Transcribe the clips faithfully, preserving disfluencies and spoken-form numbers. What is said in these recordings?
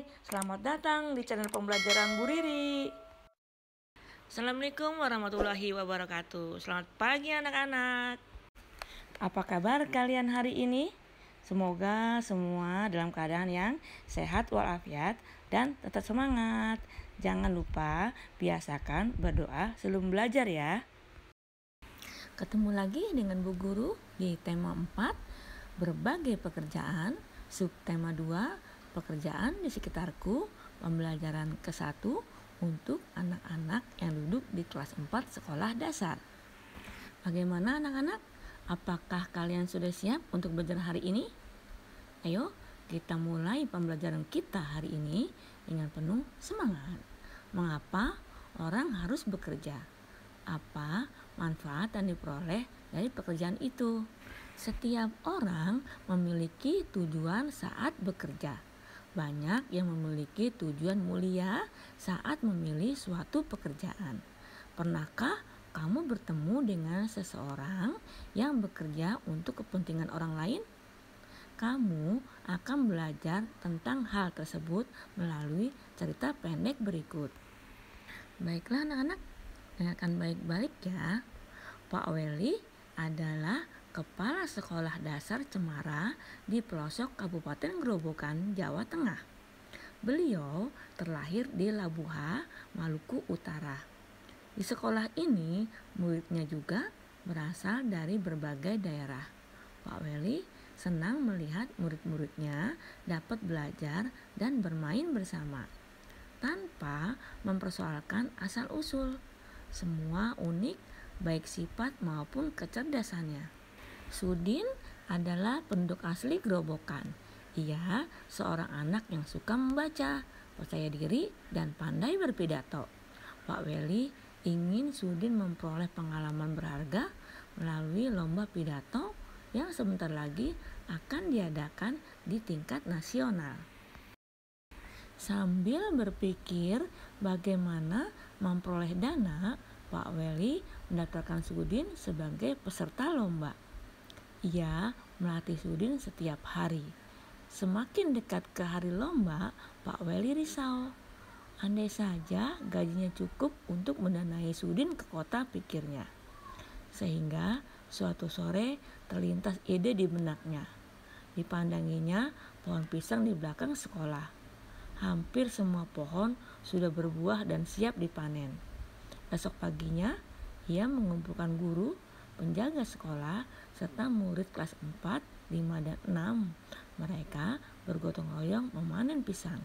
selamat datang di channel pembelajaran Bu Riri. Assalamualaikum warahmatullahi wabarakatuh. Selamat pagi anak-anak. Apa kabar kalian hari ini? Semoga semua dalam keadaan yang sehat walafiat dan tetap semangat. Jangan lupa biasakan berdoa sebelum belajar ya. Ketemu lagi dengan Bu Guru di tema empat, berbagai pekerjaan, subtema dua, pekerjaan di sekitarku, pembelajaran ke satu untuk anak-anak yang duduk di kelas empat sekolah dasar. Bagaimana anak-anak? Apakah kalian sudah siap untuk belajar hari ini? Ayo kita mulai pembelajaran kita hari ini dengan penuh semangat. Mengapa orang harus bekerja? Apa manfaat yang diperoleh dari pekerjaan itu? Setiap orang memiliki tujuan saat bekerja. Banyak yang memiliki tujuan mulia saat memilih suatu pekerjaan. Pernahkah kamu bertemu dengan seseorang yang bekerja untuk kepentingan orang lain? Kamu akan belajar tentang hal tersebut melalui cerita pendek berikut. Baiklah anak-anak, dengarkan baik-baik ya. Pak Weli adalah Kepala Sekolah Dasar Cemara di pelosok Kabupaten Grobogan, Jawa Tengah. Beliau terlahir di Labuha, Maluku Utara. Di sekolah ini, muridnya juga berasal dari berbagai daerah. Pak Weli senang melihat murid-muridnya dapat belajar dan bermain bersama, tanpa mempersoalkan asal-usul. Semua unik, baik sifat maupun kecerdasannya. Sudin adalah penduduk asli Grobogan. Ia seorang anak yang suka membaca, percaya diri, dan pandai berpidato. Pak Weli ingin Sudin memperoleh pengalaman berharga melalui lomba pidato yang sebentar lagi akan diadakan di tingkat nasional. Sambil berpikir bagaimana memperoleh dana, Pak Weli mendaftarkan Sudin sebagai peserta lomba. Ia melatih Sudin setiap hari. Semakin dekat ke hari lomba, Pak Weli risau. Andai saja gajinya cukup untuk mendanai Sudin ke kota, pikirnya. Sehingga suatu sore terlintas ide di benaknya. Dipandanginya pohon pisang di belakang sekolah. Hampir semua pohon sudah berbuah dan siap dipanen. Besok paginya, ia mengumpulkan guru, penjaga sekolah, serta murid kelas empat, lima, dan enam. Mereka bergotong royong memanen pisang.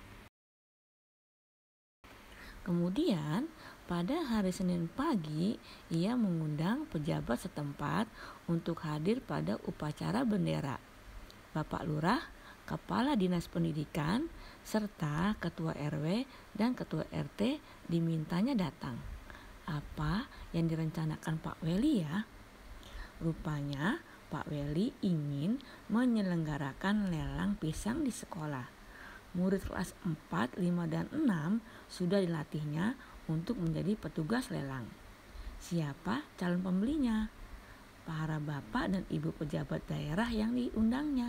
Kemudian, pada hari Senin pagi, ia mengundang pejabat setempat untuk hadir pada upacara bendera. Bapak Lurah, Kepala Dinas Pendidikan, serta Ketua R W dan Ketua R T dimintanya datang. Apa yang direncanakan Pak Weli ya? Rupanya Pak Weli ingin menyelenggarakan lelang pisang di sekolah. Murid kelas empat, lima, dan enam sudah dilatihnya untuk menjadi petugas lelang. Siapa calon pembelinya? Para bapak dan ibu pejabat daerah yang diundangnya.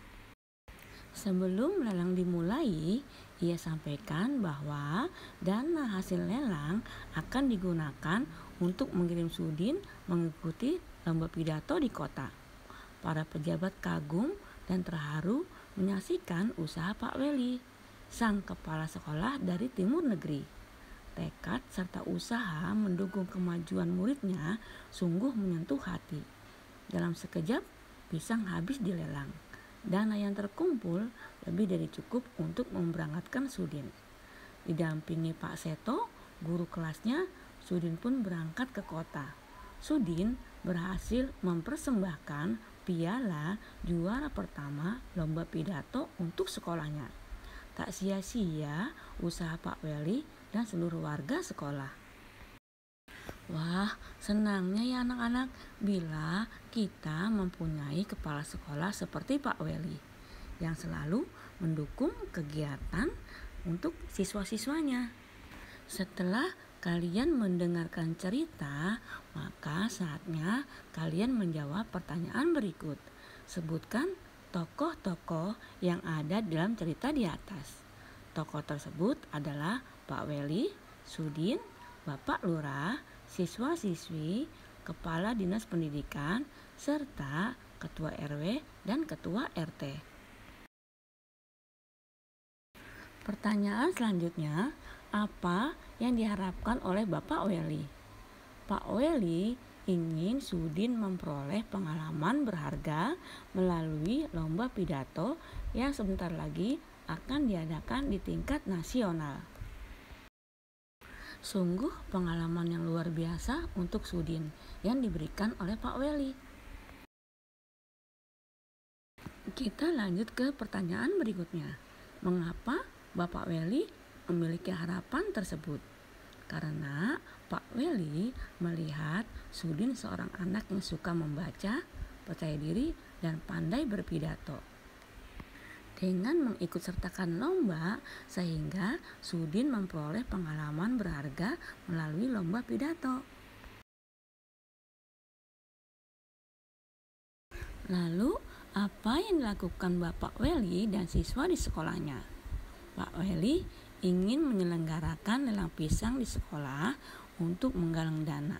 Sebelum lelang dimulai, ia sampaikan bahwa dana hasil lelang akan digunakan untuk mengirim Sudin mengikuti lomba pidato di kota. Para pejabat kagum dan terharu menyaksikan usaha Pak Weli, sang kepala sekolah dari timur negeri. Tekad serta usaha mendukung kemajuan muridnya sungguh menyentuh hati. Dalam sekejap, pisang habis dilelang. Dana yang terkumpul lebih dari cukup untuk memberangkatkan Sudin. Didampingi Pak Seto, guru kelasnya, Sudin pun berangkat ke kota. Sudin berhasil mempersembahkan piala juara pertama lomba pidato untuk sekolahnya. Tak sia-sia usaha Pak Weli dan seluruh warga sekolah. Wah, senangnya ya anak-anak bila kita mempunyai kepala sekolah seperti Pak Weli yang selalu mendukung kegiatan untuk siswa-siswanya. Setelah kalian mendengarkan cerita, maka saatnya kalian menjawab pertanyaan berikut. Sebutkan tokoh-tokoh yang ada dalam cerita di atas. Tokoh tersebut adalah Pak Weli, Sudin, Bapak Lurah, siswa-siswi, Kepala Dinas Pendidikan, serta Ketua R W dan Ketua R T. Pertanyaan selanjutnya, apa yang diharapkan oleh Bapak Weli? Pak Weli ingin Sudin memperoleh pengalaman berharga melalui lomba pidato yang sebentar lagi akan diadakan di tingkat nasional. Sungguh pengalaman yang luar biasa untuk Sudin yang diberikan oleh Pak Weli. Kita lanjut ke pertanyaan berikutnya. Mengapa Bapak Weli memiliki harapan tersebut? Karena Pak Weli melihat Sudin seorang anak yang suka membaca, percaya diri, dan pandai berpidato. Dengan mengikut sertakan lomba, sehingga Sudin memperoleh pengalaman berharga melalui lomba pidato. Lalu, apa yang dilakukan Bapak Weli dan siswa di sekolahnya? Pak Weli ingin menyelenggarakan lelang pisang di sekolah untuk menggalang dana.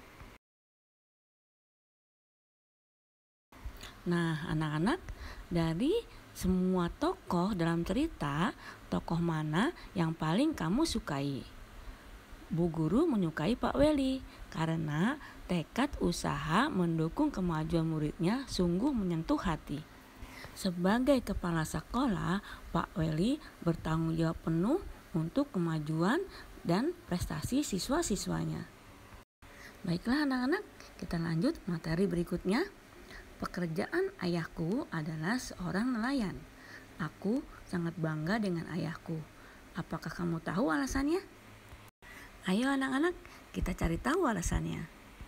Nah, anak-anak, dari semua tokoh dalam cerita, tokoh mana yang paling kamu sukai? Bu Guru menyukai Pak Weli karena tekad usaha mendukung kemajuan muridnya sungguh menyentuh hati. Sebagai kepala sekolah, Pak Weli bertanggung jawab penuh untuk kemajuan dan prestasi siswa-siswanya. Baiklah anak-anak, kita lanjut materi berikutnya. Pekerjaan ayahku adalah seorang nelayan. Aku sangat bangga dengan ayahku. Apakah kamu tahu alasannya? Ayo anak-anak, kita cari tahu alasannya.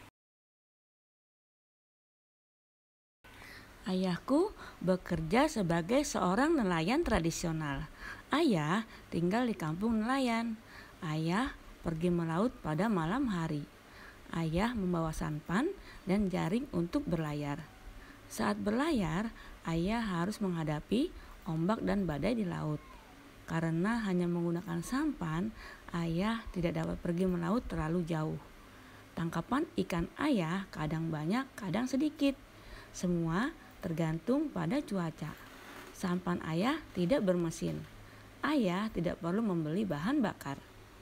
Ayahku bekerja sebagai seorang nelayan tradisional. Ayah tinggal di kampung nelayan. Ayah pergi melaut pada malam hari. Ayah membawa sampan dan jaring untuk berlayar. Saat berlayar, ayah harus menghadapi ombak dan badai di laut. Karena hanya menggunakan sampan, ayah tidak dapat pergi melaut terlalu jauh. Tangkapan ikan ayah kadang banyak, kadang sedikit. Semua tergantung pada cuaca. Sampan ayah tidak bermesin. Ayah tidak perlu membeli bahan bakar.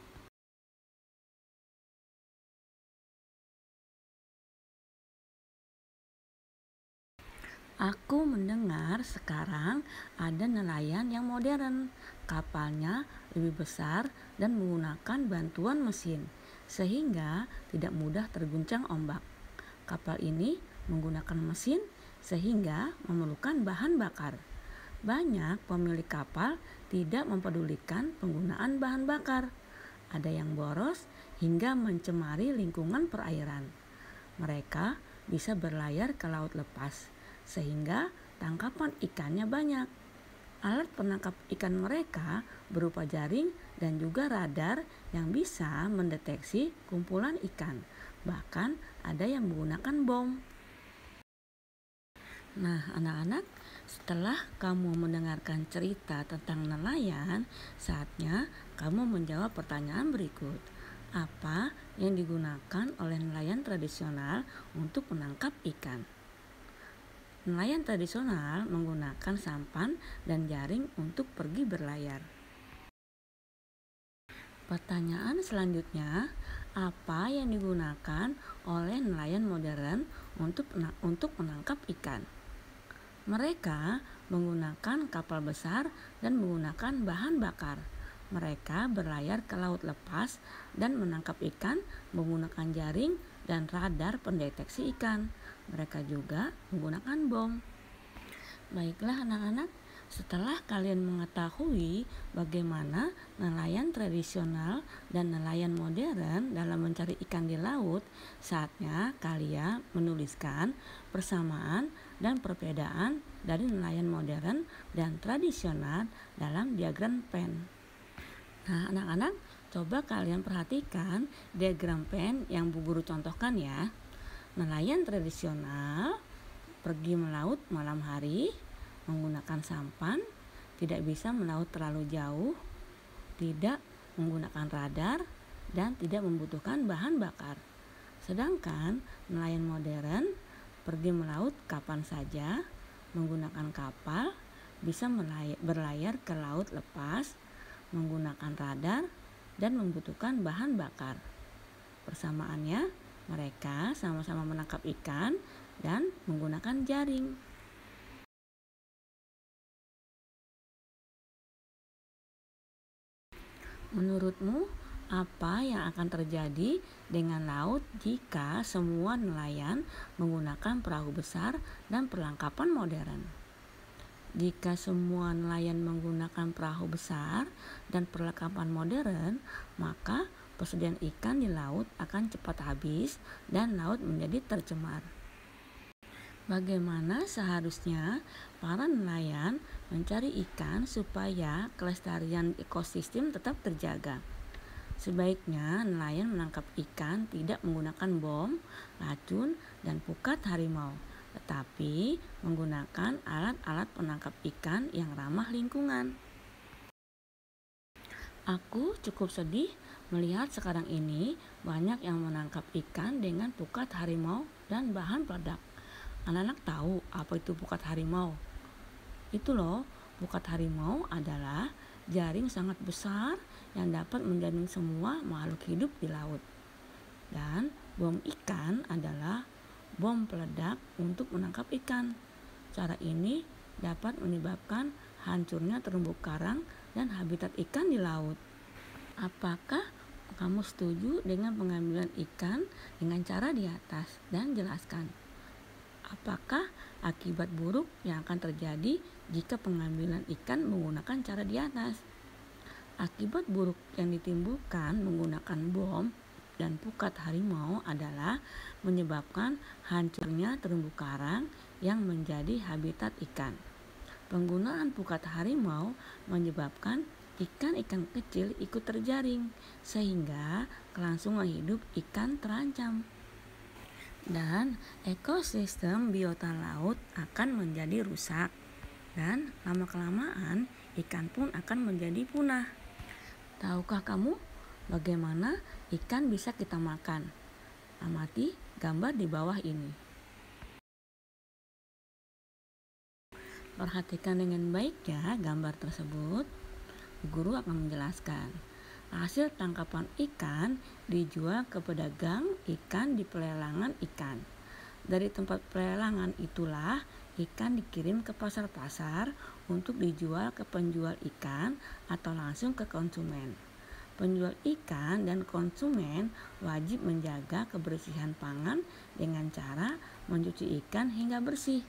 Aku mendengar sekarang ada nelayan yang modern. Kapalnya lebih besar dan menggunakan bantuan mesin, sehingga tidak mudah terguncang ombak. Kapal ini menggunakan mesin sehingga memerlukan bahan bakar. Banyak pemilik kapal tidak mempedulikan penggunaan bahan bakar. Ada yang boros hingga mencemari lingkungan perairan. Mereka bisa berlayar ke laut lepas, sehingga tangkapan ikannya banyak. Alat penangkap ikan mereka berupa jaring dan juga radar yang bisa mendeteksi kumpulan ikan. Bahkan ada yang menggunakan bom. Nah, anak-anak, setelah kamu mendengarkan cerita tentang nelayan, saatnya kamu menjawab pertanyaan berikut. Apa yang digunakan oleh nelayan tradisional untuk menangkap ikan? Nelayan tradisional menggunakan sampan dan jaring untuk pergi berlayar. Pertanyaan selanjutnya, apa yang digunakan oleh nelayan modern untuk untuk menangkap ikan? Mereka menggunakan kapal besar dan menggunakan bahan bakar. Mereka berlayar ke laut lepas dan menangkap ikan menggunakan jaring dan radar pendeteksi ikan. Mereka juga menggunakan bom. Baiklah anak-anak, setelah kalian mengetahui bagaimana nelayan tradisional dan nelayan modern dalam mencari ikan di laut, saatnya kalian menuliskan persamaan dan perbedaan dari nelayan modern dan tradisional dalam diagram pen. Nah, anak-anak, coba kalian perhatikan diagram pen yang Bu Guru contohkan ya. Nelayan tradisional pergi melaut malam hari menggunakan sampan, tidak bisa melaut terlalu jauh, tidak menggunakan radar, dan tidak membutuhkan bahan bakar. Sedangkan nelayan modern pergi melaut kapan saja, menggunakan kapal, bisa berlayar ke laut lepas, menggunakan radar, dan membutuhkan bahan bakar. Persamaannya, mereka sama-sama menangkap ikan dan menggunakan jaring. Menurutmu, apa yang akan terjadi dengan laut jika semua nelayan menggunakan perahu besar dan perlengkapan modern? Jika semua nelayan menggunakan perahu besar dan perlengkapan modern, maka persediaan ikan di laut akan cepat habis dan laut menjadi tercemar. Bagaimana seharusnya para nelayan mencari ikan supaya kelestarian ekosistem tetap terjaga? Sebaiknya nelayan menangkap ikan tidak menggunakan bom, racun, dan pukat harimau, tetapi menggunakan alat-alat penangkap ikan yang ramah lingkungan. Aku cukup sedih melihat sekarang ini banyak yang menangkap ikan dengan pukat harimau dan bahan peledak. Anak-anak tahu apa itu pukat harimau? Itu loh, pukat harimau adalah jaring sangat besar yang dapat menjaring semua makhluk hidup di laut. Dan bom ikan adalah bom peledak untuk menangkap ikan. Cara ini dapat menyebabkan hancurnya terumbu karang dan habitat ikan di laut. Apakah kamu setuju dengan pengambilan ikan dengan cara di atas? Dan jelaskan, apakah akibat buruk yang akan terjadi jika pengambilan ikan menggunakan cara di atas? Akibat buruk yang ditimbulkan menggunakan bom dan pukat harimau adalah menyebabkan hancurnya terumbu karang yang menjadi habitat ikan. Penggunaan pukat harimau menyebabkan ikan-ikan kecil ikut terjaring, sehingga kelangsungan hidup ikan terancam. Dan ekosistem biota laut akan menjadi rusak, dan lama-kelamaan ikan pun akan menjadi punah. Tahukah kamu bagaimana ikan bisa kita makan? Amati gambar di bawah ini. Perhatikan dengan baik ya gambar tersebut. Guru akan menjelaskan. Hasil tangkapan ikan dijual ke pedagang ikan di pelelangan ikan. Dari tempat pelelangan itulah ikan dikirim ke pasar-pasar untuk dijual ke penjual ikan atau langsung ke konsumen. Penjual ikan dan konsumen wajib menjaga kebersihan pangan dengan cara mencuci ikan hingga bersih.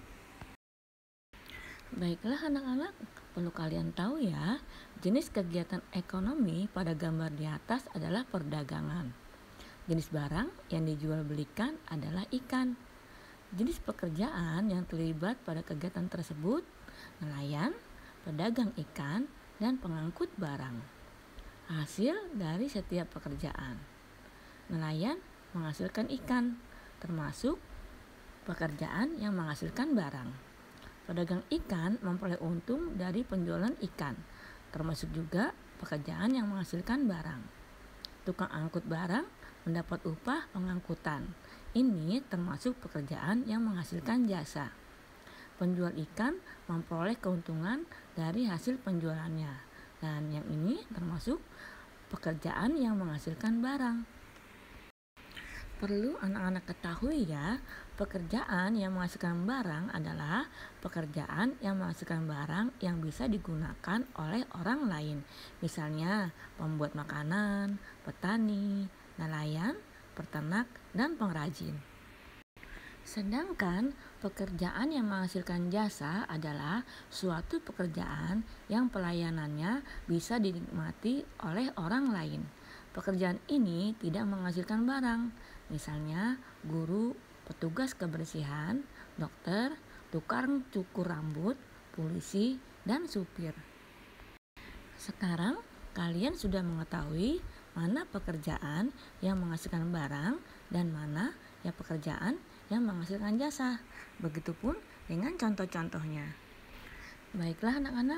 Baiklah anak-anak, perlu kalian tahu ya, jenis kegiatan ekonomi pada gambar di atas adalah perdagangan. Jenis barang yang dijual belikan adalah ikan. Jenis pekerjaan yang terlibat pada kegiatan tersebut, nelayan, pedagang ikan, dan pengangkut barang. Hasil dari setiap pekerjaan. Nelayan menghasilkan ikan, termasuk pekerjaan yang menghasilkan barang. Pedagang ikan memperoleh untung dari penjualan ikan, termasuk juga pekerjaan yang menghasilkan barang. Tukang angkut barang mendapat upah pengangkutan. Ini termasuk pekerjaan yang menghasilkan jasa. Penjual ikan memperoleh keuntungan dari hasil penjualannya. Dan yang ini termasuk pekerjaan yang menghasilkan barang. Perlu anak-anak ketahui ya, pekerjaan yang menghasilkan barang adalah pekerjaan yang menghasilkan barang yang bisa digunakan oleh orang lain. Misalnya pembuat makanan, petani, nelayan, peternak, dan pengrajin. Sedangkan pekerjaan yang menghasilkan jasa adalah suatu pekerjaan yang pelayanannya bisa dinikmati oleh orang lain. Pekerjaan ini tidak menghasilkan barang, misalnya guru, petugas kebersihan, dokter, tukang cukur rambut, polisi, dan supir. Sekarang kalian sudah mengetahui mana pekerjaan yang menghasilkan barang dan mana ya pekerjaan yang menghasilkan jasa. Begitupun dengan contoh-contohnya. Baiklah anak-anak,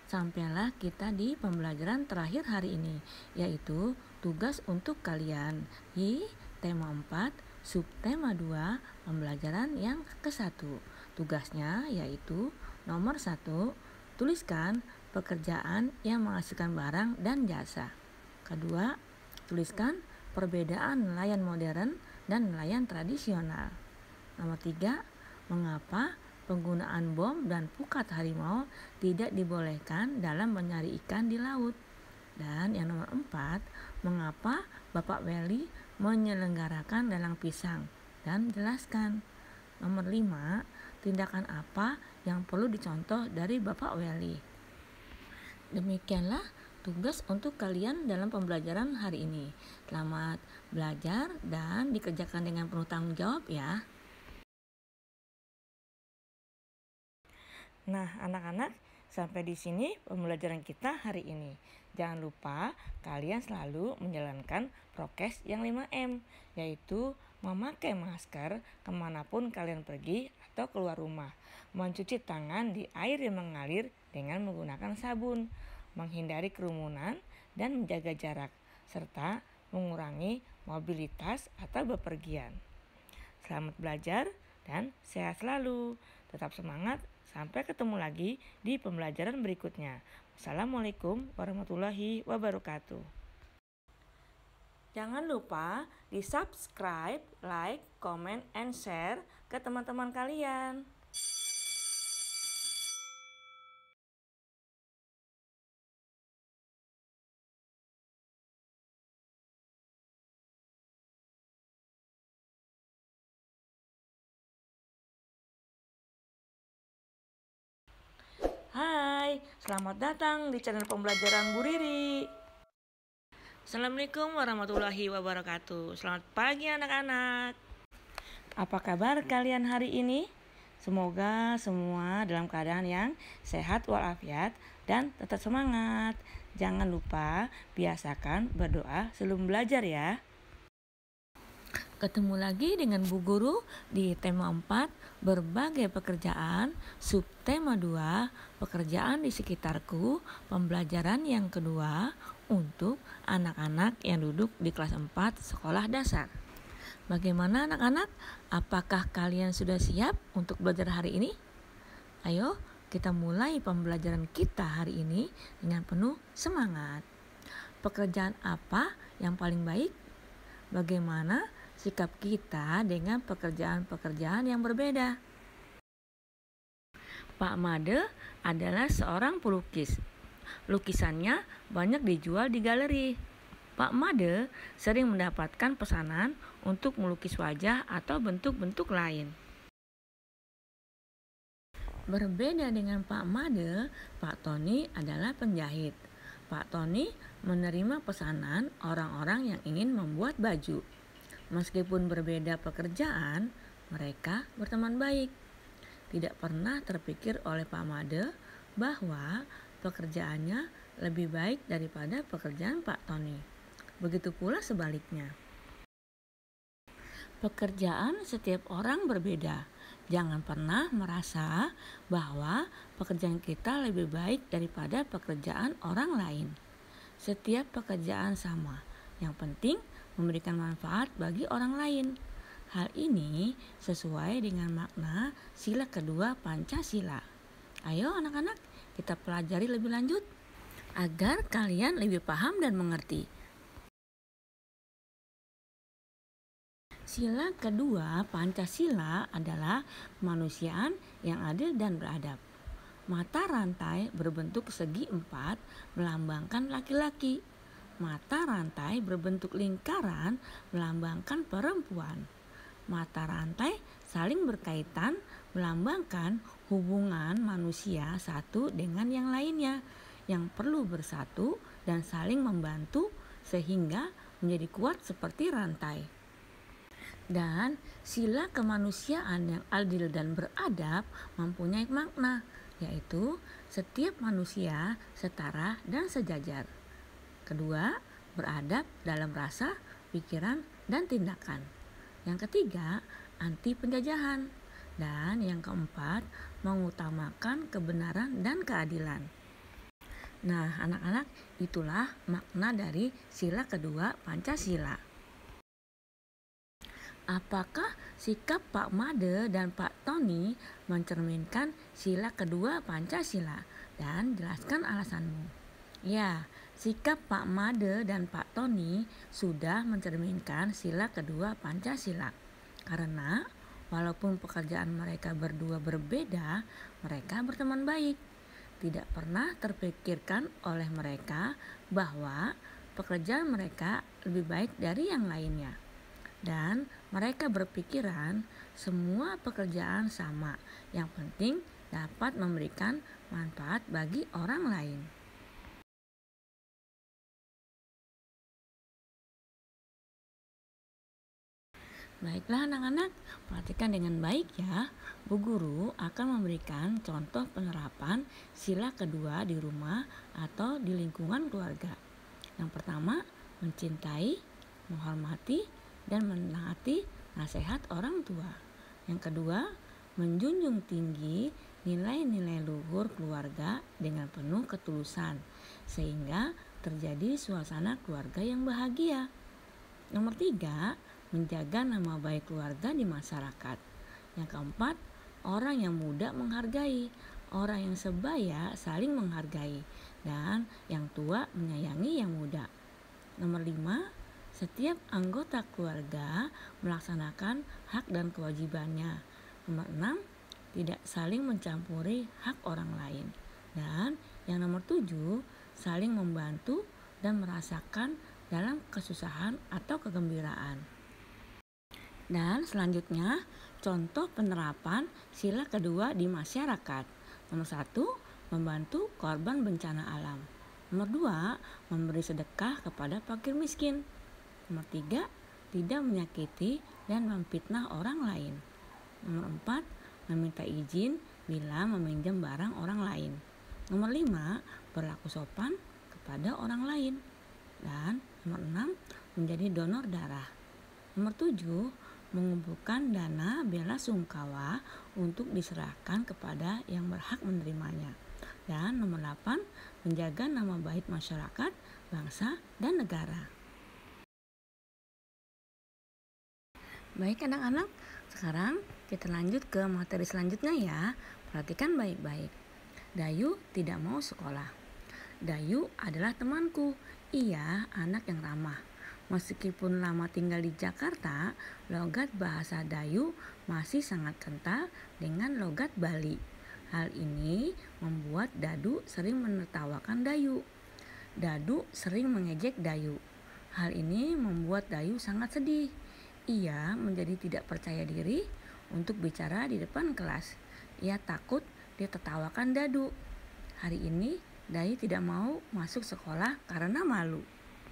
sampailah kita di pembelajaran terakhir hari ini, yaitu tugas untuk kalian di tema empat, subtema dua, pembelajaran yang ke satu. Tugasnya yaitu nomor satu, tuliskan pekerjaan yang menghasilkan barang dan jasa. Kedua, tuliskan perbedaan nelayan modern dan nelayan tradisional. Nomor tiga, mengapa penggunaan bom dan pukat harimau tidak dibolehkan dalam mencari ikan di laut. Dan yang nomor empat, mengapa Bapak Weli menyelenggarakan lelang pisang, dan jelaskan. Nomor lima, tindakan apa yang perlu dicontoh dari Bapak Weli. Demikianlah tugas untuk kalian dalam pembelajaran hari ini. Selamat belajar dan dikerjakan dengan penuh tanggung jawab ya. Nah, anak-anak, sampai di sini pembelajaran kita hari ini. Jangan lupa kalian selalu menjalankan prokes yang lima M, yaitu memakai masker kemanapun kalian pergi atau keluar rumah, mencuci tangan di air yang mengalir dengan menggunakan sabun, menghindari kerumunan dan menjaga jarak, serta mengurangi mobilitas atau bepergian. Selamat belajar dan sehat selalu. Tetap semangat. Sampai ketemu lagi di pembelajaran berikutnya. Wassalamualaikum warahmatullahi wabarakatuh. Jangan lupa di subscribe, like, comment, and share ke teman-teman kalian. Hai, selamat datang di channel pembelajaran Bu Riri. Assalamualaikum warahmatullahi wabarakatuh. Selamat pagi anak-anak. Apa kabar kalian hari ini? Semoga semua dalam keadaan yang sehat walafiat dan tetap semangat. Jangan lupa biasakan berdoa sebelum belajar ya. Ketemu lagi dengan Bu Guru di tema empat, berbagai pekerjaan, subtema dua, pekerjaan di sekitarku, pembelajaran yang kedua untuk anak-anak yang duduk di kelas empat sekolah dasar. Bagaimana anak-anak? Apakah kalian sudah siap untuk belajar hari ini? Ayo kita mulai pembelajaran kita hari ini dengan penuh semangat. Pekerjaan apa yang paling baik? Bagaimana sikap kita dengan pekerjaan-pekerjaan yang berbeda? Pak Made adalah seorang pelukis. Lukisannya banyak dijual di galeri. Pak Made sering mendapatkan pesanan untuk melukis wajah atau bentuk-bentuk lain. Berbeda dengan Pak Made, Pak Tony adalah penjahit. Pak Tony menerima pesanan orang-orang yang ingin membuat baju. Meskipun berbeda pekerjaan, mereka berteman baik. Tidak pernah terpikir oleh Pak Made bahwa pekerjaannya lebih baik daripada pekerjaan Pak Tony. Begitu pula sebaliknya. Pekerjaan setiap orang berbeda. Jangan pernah merasa bahwa pekerjaan kita lebih baik daripada pekerjaan orang lain. Setiap pekerjaan sama. Yang penting memberikan manfaat bagi orang lain. Hal ini sesuai dengan makna sila kedua Pancasila. Ayo anak-anak, kita pelajari lebih lanjut agar kalian lebih paham dan mengerti. Sila kedua Pancasila adalah kemanusiaan yang adil dan beradab. Mata rantai berbentuk segi empat melambangkan laki-laki. Mata rantai berbentuk lingkaran melambangkan perempuan. Mata rantai saling berkaitan melambangkan hubungan manusia satu dengan yang lainnya yang perlu bersatu dan saling membantu sehingga menjadi kuat seperti rantai. Dan sila kemanusiaan yang adil dan beradab mempunyai makna, yaitu setiap manusia setara dan sejajar. Kedua, beradab dalam rasa, pikiran, dan tindakan. Yang ketiga, anti penjajahan. Dan yang keempat, mengutamakan kebenaran dan keadilan. Nah, anak-anak, itulah makna dari sila kedua Pancasila. Apakah sikap Pak Made dan Pak Tony mencerminkan sila kedua Pancasila? Dan jelaskan alasanmu. Ya, sikap Pak Made dan Pak Tony sudah mencerminkan sila kedua Pancasila. Karena walaupun pekerjaan mereka berdua berbeda, mereka berteman baik. Tidak pernah terpikirkan oleh mereka bahwa pekerjaan mereka lebih baik dari yang lainnya. Dan mereka berpikiran semua pekerjaan sama, yang penting dapat memberikan manfaat bagi orang lain. Baiklah anak-anak, perhatikan dengan baik ya. Bu Guru akan memberikan contoh penerapan sila kedua di rumah atau di lingkungan keluarga. Yang pertama, mencintai, menghormati, dan menaati nasihat orang tua. Yang kedua, menjunjung tinggi nilai-nilai luhur keluarga dengan penuh ketulusan, sehingga terjadi suasana keluarga yang bahagia. Nomor tiga, menjaga nama baik keluarga di masyarakat. Yang keempat, orang yang muda menghargai, orang yang sebaya saling menghargai, dan yang tua menyayangi yang muda. Nomor lima, setiap anggota keluarga melaksanakan hak dan kewajibannya. Nomor enam, tidak saling mencampuri hak orang lain. Dan yang nomor tujuh, saling membantu dan merasakan dalam kesusahan atau kegembiraan. Dan selanjutnya, contoh penerapan sila kedua di masyarakat. Nomor satu, membantu korban bencana alam. Nomor dua, memberi sedekah kepada fakir miskin. Nomor tiga, tidak menyakiti dan memfitnah orang lain. Nomor empat, meminta izin bila meminjam barang orang lain. Nomor lima, berlaku sopan kepada orang lain. Dan nomor enam, menjadi donor darah. Nomor tujuh, mengumpulkan dana bela sungkawa untuk diserahkan kepada yang berhak menerimanya. Dan nomor delapan, menjaga nama baik masyarakat, bangsa, dan negara. Baik anak-anak, sekarang kita lanjut ke materi selanjutnya ya. Perhatikan baik-baik. Dayu tidak mau sekolah. Dayu adalah temanku. Ia anak yang ramah. Meskipun lama tinggal di Jakarta, logat bahasa Dayu masih sangat kental dengan logat Bali. Hal ini membuat Dadu sering menertawakan Dayu. Dadu sering mengejek Dayu. Hal ini membuat Dayu sangat sedih. Ia menjadi tidak percaya diri untuk bicara di depan kelas. Ia takut ditertawakan Dadu. Hari ini Dayu tidak mau masuk sekolah karena malu.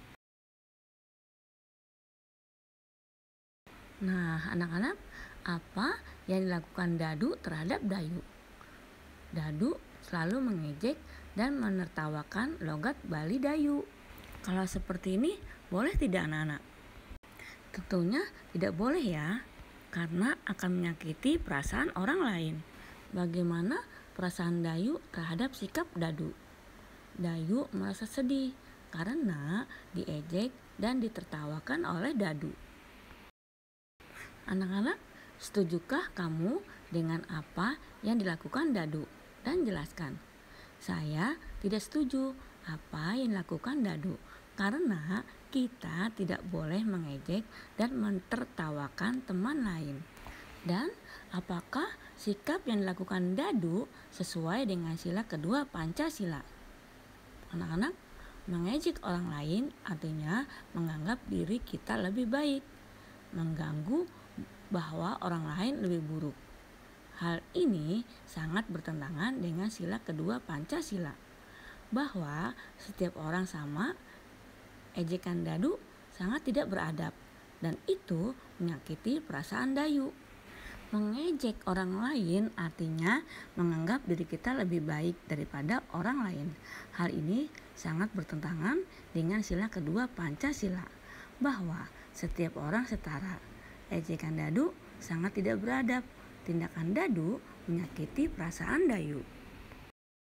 Nah, anak-anak, apa yang dilakukan Dadu terhadap Dayu? Dadu selalu mengejek dan menertawakan logat Bali Dayu. Kalau seperti ini, boleh tidak anak-anak? Tentunya tidak boleh ya, karena akan menyakiti perasaan orang lain. Bagaimana perasaan Dayu terhadap sikap Dadu? Dayu merasa sedih karena diejek dan ditertawakan oleh Dadu. Anak-anak, setujukah kamu dengan apa yang dilakukan Dadu? Dan jelaskan. Saya tidak setuju apa yang dilakukan Dadu, karena kita tidak boleh mengejek dan mentertawakan teman lain. Dan apakah sikap yang dilakukan Dadu sesuai dengan sila kedua Pancasila? Anak-anak, mengejek orang lain artinya menganggap diri kita lebih baik, mengganggu bahwa orang lain lebih buruk. Hal ini sangat bertentangan dengan sila kedua Pancasila, bahwa setiap orang sama. Ejekan Dadu sangat tidak beradab, dan itu menyakiti perasaan Dayu. Mengejek orang lain artinya menganggap diri kita lebih baik daripada orang lain. Hal ini sangat bertentangan dengan sila kedua Pancasila, bahwa setiap orang setara. Ejekan Dadu sangat tidak beradab. Tindakan Dadu menyakiti perasaan Dayu.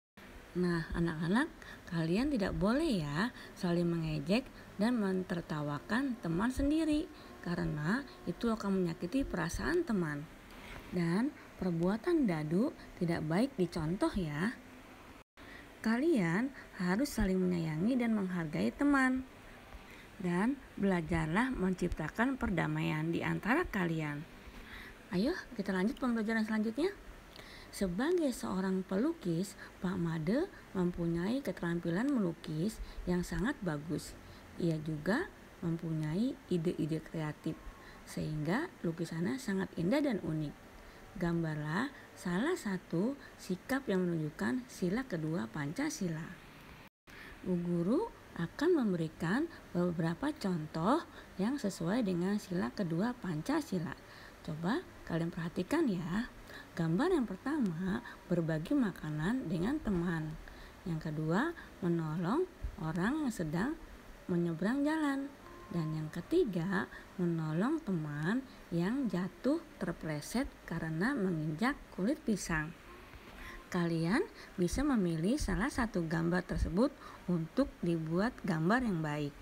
Nah, anak-anak, kalian tidak boleh ya saling mengejek dan mentertawakan teman sendiri, karena itu akan menyakiti perasaan teman. Dan perbuatan dadu tidak baik dicontoh ya. Kalian harus saling menyayangi dan menghargai teman. Dan belajarlah menciptakan perdamaian di antara kalian. Ayo kita lanjut pembelajaran selanjutnya. Sebagai seorang pelukis, Pak Made mempunyai keterampilan melukis yang sangat bagus. Ia juga mempunyai ide-ide kreatif, sehingga lukisannya sangat indah dan unik. Gambarlah salah satu sikap yang menunjukkan sila kedua Pancasila. Bu Guru akan memberikan beberapa contoh yang sesuai dengan sila kedua Pancasila. Coba kalian perhatikan ya. Gambar yang pertama, berbagi makanan dengan teman. Yang kedua, menolong orang yang sedang menyeberang jalan. Dan yang ketiga, menolong teman yang jatuh terpleset karena menginjak kulit pisang. Kalian bisa memilih salah satu gambar tersebut untuk dibuat gambar yang baik.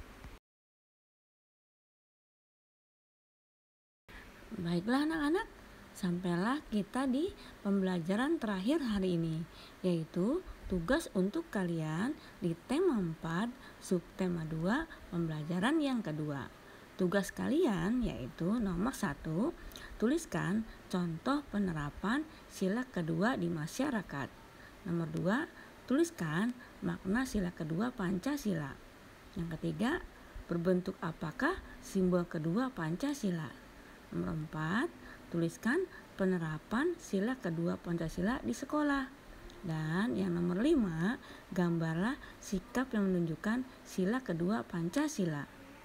Baiklah anak-anak, sampailah kita di pembelajaran terakhir hari ini, yaitu tugas untuk kalian di tema empat, subtema dua, pembelajaran yang kedua. Tugas kalian yaitu nomor satu, tuliskan contoh penerapan sila kedua di masyarakat. Nomor dua, tuliskan makna sila kedua Pancasila. Yang ketiga, berbentuk apakah simbol kedua Pancasila. Nomor empat, tuliskan penerapan sila kedua Pancasila di sekolah. Dan yang nomor lima, gambarlah sikap yang menunjukkan sila kedua Pancasila.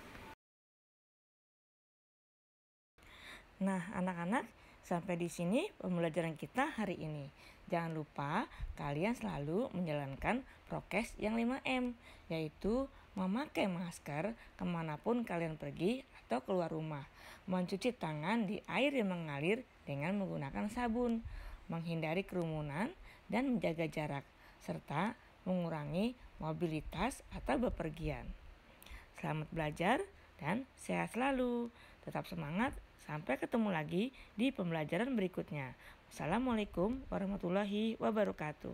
Nah, anak-anak, sampai di sini pembelajaran kita hari ini. Jangan lupa kalian selalu menjalankan prokes yang lima M, yaitu memakai masker kemanapun kalian pergi atau keluar rumah, mencuci tangan di air yang mengalir dengan menggunakan sabun, menghindari kerumunan dan menjaga jarak, serta mengurangi mobilitas atau bepergian. Selamat belajar dan sehat selalu. Tetap semangat, sampai ketemu lagi di pembelajaran berikutnya. Wassalamualaikum warahmatullahi wabarakatuh.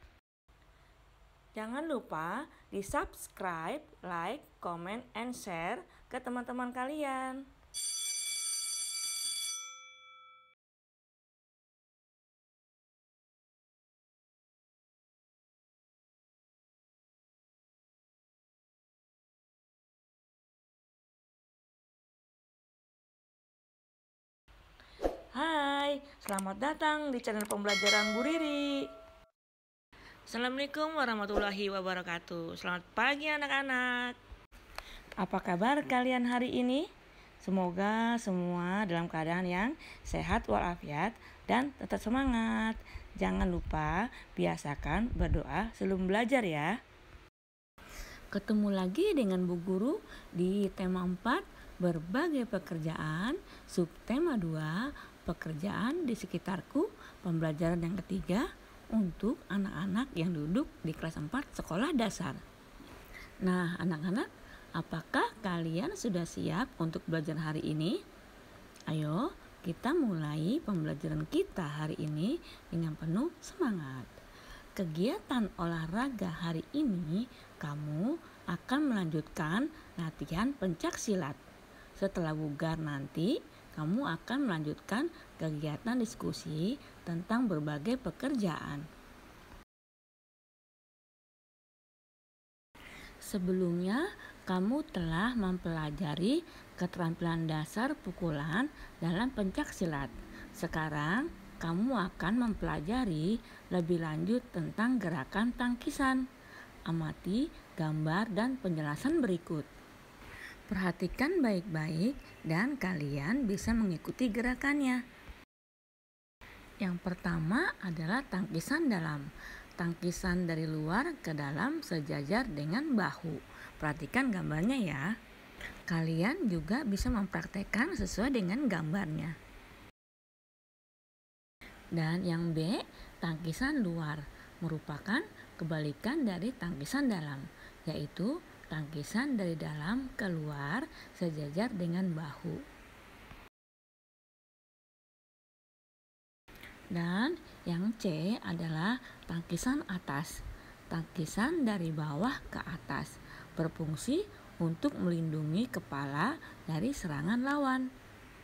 Jangan lupa di subscribe, like, comment, and share ke teman-teman kalian. Hai, selamat datang di channel pembelajaran Bu Riri. Assalamualaikum warahmatullahi wabarakatuh. Selamat pagi anak-anak. Apa kabar kalian hari ini? Semoga semua dalam keadaan yang sehat walafiat dan tetap semangat. Jangan lupa biasakan berdoa sebelum belajar ya. Ketemu lagi dengan Bu Guru di tema empat, berbagai pekerjaan, subtema dua, pekerjaan di sekitarku, pembelajaran yang ketiga untuk anak-anak yang duduk di kelas empat sekolah dasar. Nah, anak-anak, apakah kalian sudah siap untuk belajar hari ini? Ayo, kita mulai pembelajaran kita hari ini dengan penuh semangat. Kegiatan olahraga hari ini, kamu akan melanjutkan latihan pencak silat. Setelah bugar nanti, kamu akan melanjutkan kegiatan diskusi tentang berbagai pekerjaan. Sebelumnya, kamu telah mempelajari keterampilan dasar pukulan dalam pencak silat. Sekarang, kamu akan mempelajari lebih lanjut tentang gerakan tangkisan. Amati gambar dan penjelasan berikut. Perhatikan baik-baik dan kalian bisa mengikuti gerakannya. Yang pertama adalah tangkisan dalam. Tangkisan dari luar ke dalam sejajar dengan bahu. Perhatikan gambarnya ya. Kalian juga bisa mempraktekkan sesuai dengan gambarnya. Dan yang B, tangkisan luar, merupakan kebalikan dari tangkisan dalam, yaitu tangkisan dari dalam keluar sejajar dengan bahu. Dan yang C adalah tangkisan atas. Tangkisan dari bawah ke atas, berfungsi untuk melindungi kepala dari serangan lawan.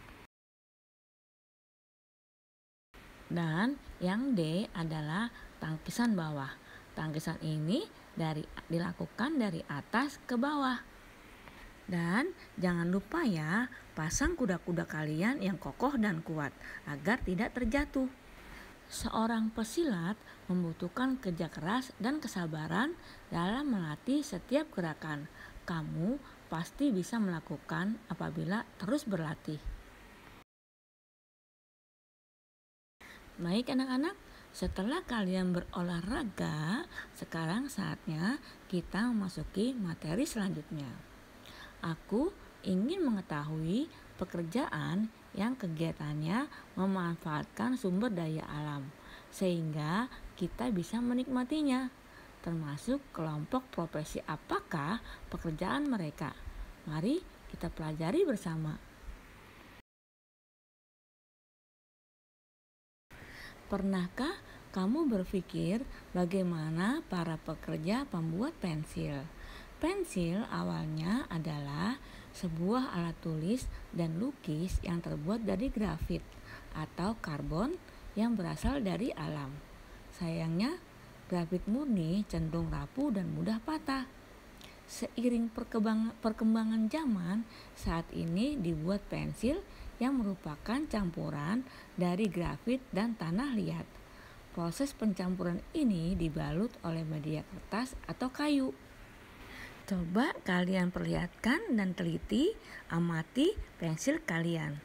Dan yang D adalah tangkisan bawah. Tangkisan ini dari dilakukan dari atas ke bawah. Dan jangan lupa ya, pasang kuda-kuda kalian yang kokoh dan kuat agar tidak terjatuh. Seorang pesilat membutuhkan kerja keras dan kesabaran dalam melatih setiap gerakan. Kamu pasti bisa melakukan apabila terus berlatih. Baik anak-anak, setelah kalian berolahraga, sekarang saatnya kita memasuki materi selanjutnya. Aku ingin mengetahui pekerjaan yang kegiatannya memanfaatkan sumber daya alam, sehingga kita bisa menikmatinya, termasuk kelompok profesi apakah pekerjaan mereka. Mari kita pelajari bersama. Pernahkah kamu berpikir bagaimana para pekerja pembuat pensil? Pensil awalnya adalah sebuah alat tulis dan lukis yang terbuat dari grafit atau karbon yang berasal dari alam. Sayangnya, grafit murni cenderung rapuh dan mudah patah. Seiring perkembangan zaman, saat ini dibuat pensil yang merupakan campuran dari grafit dan tanah liat. Proses pencampuran ini dibalut oleh media kertas atau kayu. Coba kalian perlihatkan dan teliti, amati pensil kalian.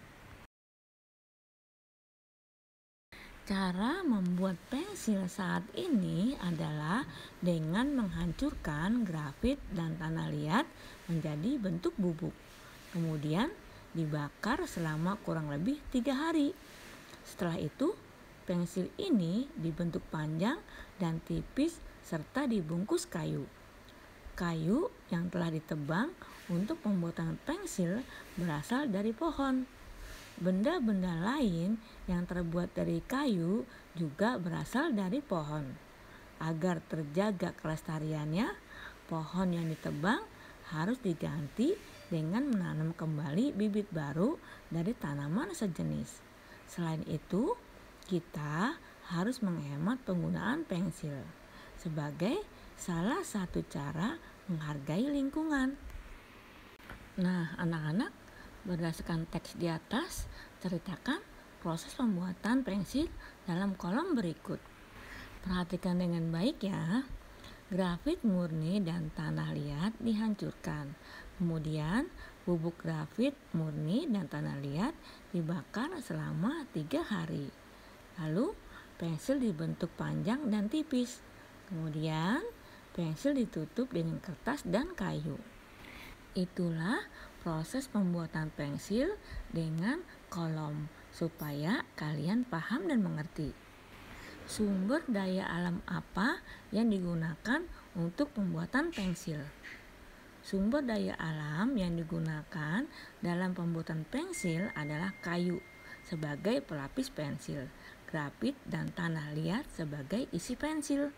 Cara membuat pensil saat ini adalah dengan menghancurkan grafit dan tanah liat menjadi bentuk bubuk. Kemudian dibakar selama kurang lebih tiga hari. Setelah itu, pensil ini dibentuk panjang dan tipis serta dibungkus kayu. Kayu yang telah ditebang untuk pembuatan pensil berasal dari pohon. Benda-benda lain yang terbuat dari kayu juga berasal dari pohon. Agar terjaga kelestariannya, pohon yang ditebang harus diganti dengan menanam kembali bibit baru dari tanaman sejenis. Selain itu, kita harus menghemat penggunaan pensil sebagai salah satu cara menghargai lingkungan. Nah, anak-anak, berdasarkan teks di atas, ceritakan proses pembuatan pensil dalam kolom berikut. Perhatikan dengan baik ya. Grafit murni dan tanah liat dihancurkan. Kemudian bubuk grafit murni dan tanah liat dibakar selama tiga hari. Lalu pensil dibentuk panjang dan tipis. Kemudian pensil ditutup dengan kertas dan kayu. Itulah proses pembuatan pensil dengan kolom supaya kalian paham dan mengerti. Sumber daya alam apa yang digunakan untuk pembuatan pensil? Sumber daya alam yang digunakan dalam pembuatan pensil adalah kayu sebagai pelapis pensil, grafit dan tanah liat sebagai isi pensil.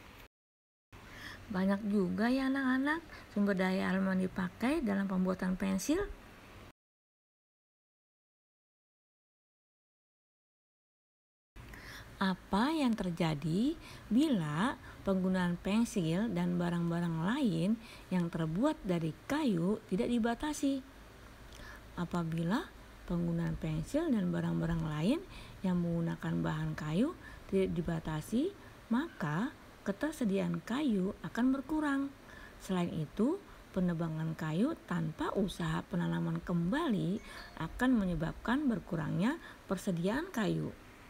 Banyak juga ya anak-anak sumber daya alam yang dipakai dalam pembuatan pensil. Apa yang terjadi bila penggunaan pensil dan barang-barang lain yang terbuat dari kayu tidak dibatasi? Apabila penggunaan pensil dan barang-barang lain yang menggunakan bahan kayu tidak dibatasi, maka ketersediaan kayu akan berkurang. Selain itu, penebangan kayu tanpa usaha penanaman kembali akan menyebabkan berkurangnya persediaan kayu.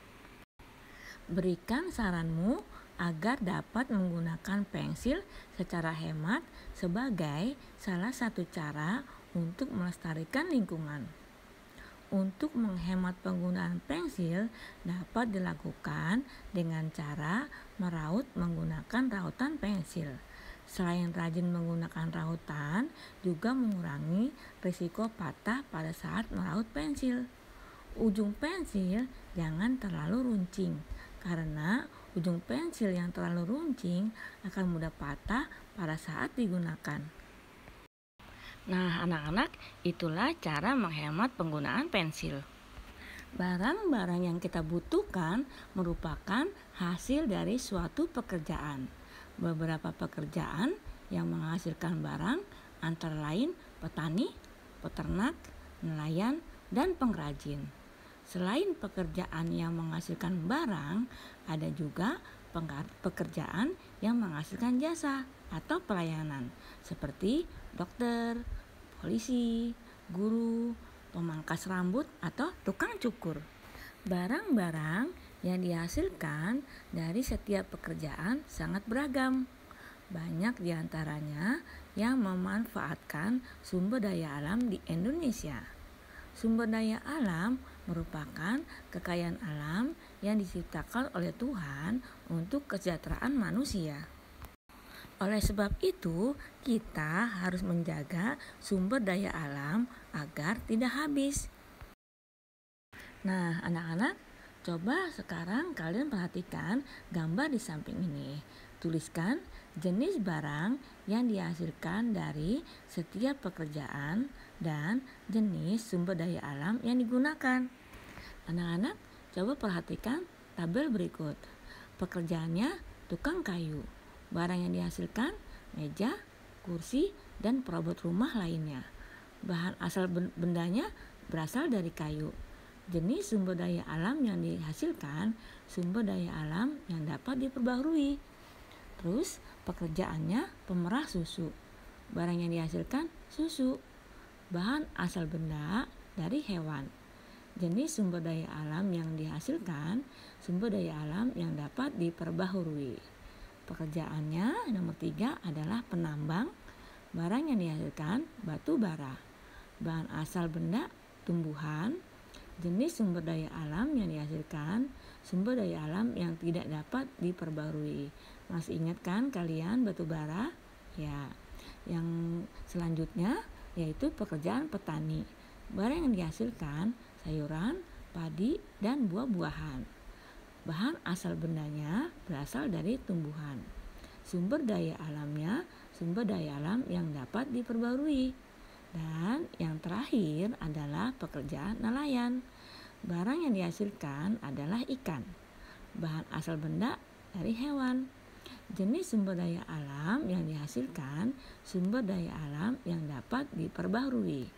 Berikan saranmu agar dapat menggunakan pensil secara hemat sebagai salah satu cara untuk melestarikan lingkungan. Untuk menghemat penggunaan pensil dapat dilakukan dengan cara meraut menggunakan rautan pensil. Selain rajin menggunakan rautan, juga mengurangi risiko patah pada saat meraut pensil. Ujung pensil jangan terlalu runcing, karena ujung pensil yang terlalu runcing akan mudah patah pada saat digunakan. Nah, anak-anak, itulah cara menghemat penggunaan pensil. Barang-barang yang kita butuhkan merupakan hasil dari suatu pekerjaan. Beberapa pekerjaan yang menghasilkan barang antara lain petani, peternak, nelayan, dan pengrajin. Selain pekerjaan yang menghasilkan barang, ada juga pekerjaan yang menghasilkan jasa atau pelayanan seperti dokter, polisi, guru, pemangkas rambut, atau tukang cukur. Barang-barang yang dihasilkan dari setiap pekerjaan sangat beragam. Banyak diantaranya yang memanfaatkan sumber daya alam di Indonesia. Sumber daya alam merupakan kekayaan alam yang diciptakan oleh Tuhan untuk kesejahteraan manusia. Oleh sebab itu, kita harus menjaga sumber daya alam agar tidak habis. Nah, anak-anak, coba sekarang kalian perhatikan gambar di samping ini. Tuliskan jenis barang yang dihasilkan dari setiap pekerjaan dan jenis sumber daya alam yang digunakan. Anak-anak, coba perhatikan tabel berikut. Pekerjaannya tukang kayu. Barang yang dihasilkan meja, kursi, dan perabot rumah lainnya. Bahan asal bendanya berasal dari kayu. Jenis sumber daya alam yang dihasilkan sumber daya alam yang dapat diperbaharui. Terus pekerjaannya pemerah susu. Barang yang dihasilkan susu. Bahan asal benda dari hewan. Jenis sumber daya alam yang dihasilkan sumber daya alam yang dapat diperbaharui. Pekerjaannya nomor tiga adalah penambang. Barang yang dihasilkan batu bara. Bahan asal benda tumbuhan. Jenis sumber daya alam yang dihasilkan sumber daya alam yang tidak dapat diperbarui. Masih ingat kan kalian batu bara? Ya. Yang selanjutnya yaitu pekerjaan petani. Barang yang dihasilkan sayuran, padi, dan buah-buahan. Bahan asal bendanya berasal dari tumbuhan. Sumber daya alamnya sumber daya alam yang dapat diperbarui. Dan yang terakhir adalah pekerjaan nelayan. Barang yang dihasilkan adalah ikan. Bahan asal benda dari hewan. Jenis sumber daya alam yang dihasilkan sumber daya alam yang dapat diperbarui.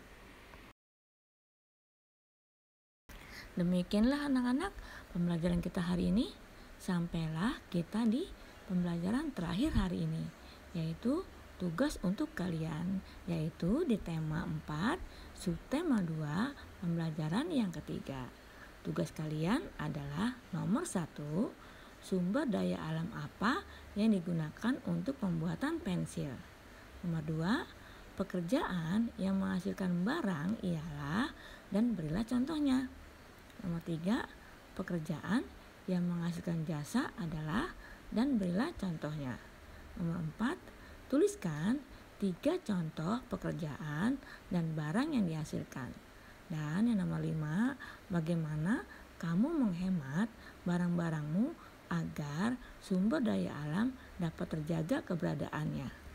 Demikianlah anak-anak pembelajaran kita hari ini. Sampailah kita di pembelajaran terakhir hari ini, yaitu tugas untuk kalian, yaitu di tema empat, subtema dua, pembelajaran yang ketiga. Tugas kalian adalah nomor satu, sumber daya alam apa yang digunakan untuk pembuatan pensil. Nomor dua, pekerjaan yang menghasilkan barang ialah dan berilah contohnya. Nomor tiga, pekerjaan yang menghasilkan jasa adalah dan berilah contohnya. Nomor empat, tuliskan tiga contoh pekerjaan dan barang yang dihasilkan. Dan yang nomor lima, bagaimana kamu menghemat barang-barangmu agar sumber daya alam dapat terjaga keberadaannya.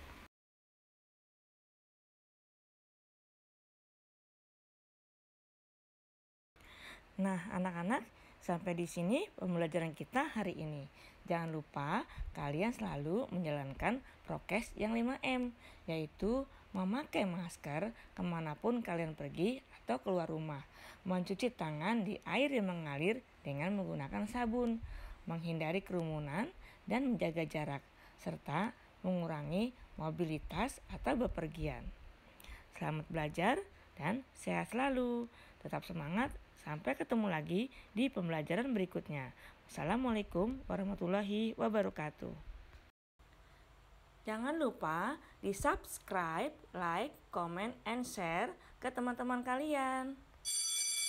Nah, anak-anak, sampai di sini pembelajaran kita hari ini. Jangan lupa kalian selalu menjalankan prokes yang lima M, yaitu memakai masker kemanapun kalian pergi atau keluar rumah, mencuci tangan di air yang mengalir dengan menggunakan sabun, menghindari kerumunan dan menjaga jarak, serta mengurangi mobilitas atau bepergian. Selamat belajar dan sehat selalu. Tetap semangat. Sampai ketemu lagi di pembelajaran berikutnya. Wassalamualaikum warahmatullahi wabarakatuh. Jangan lupa di subscribe, like, comment, and share ke teman-teman kalian.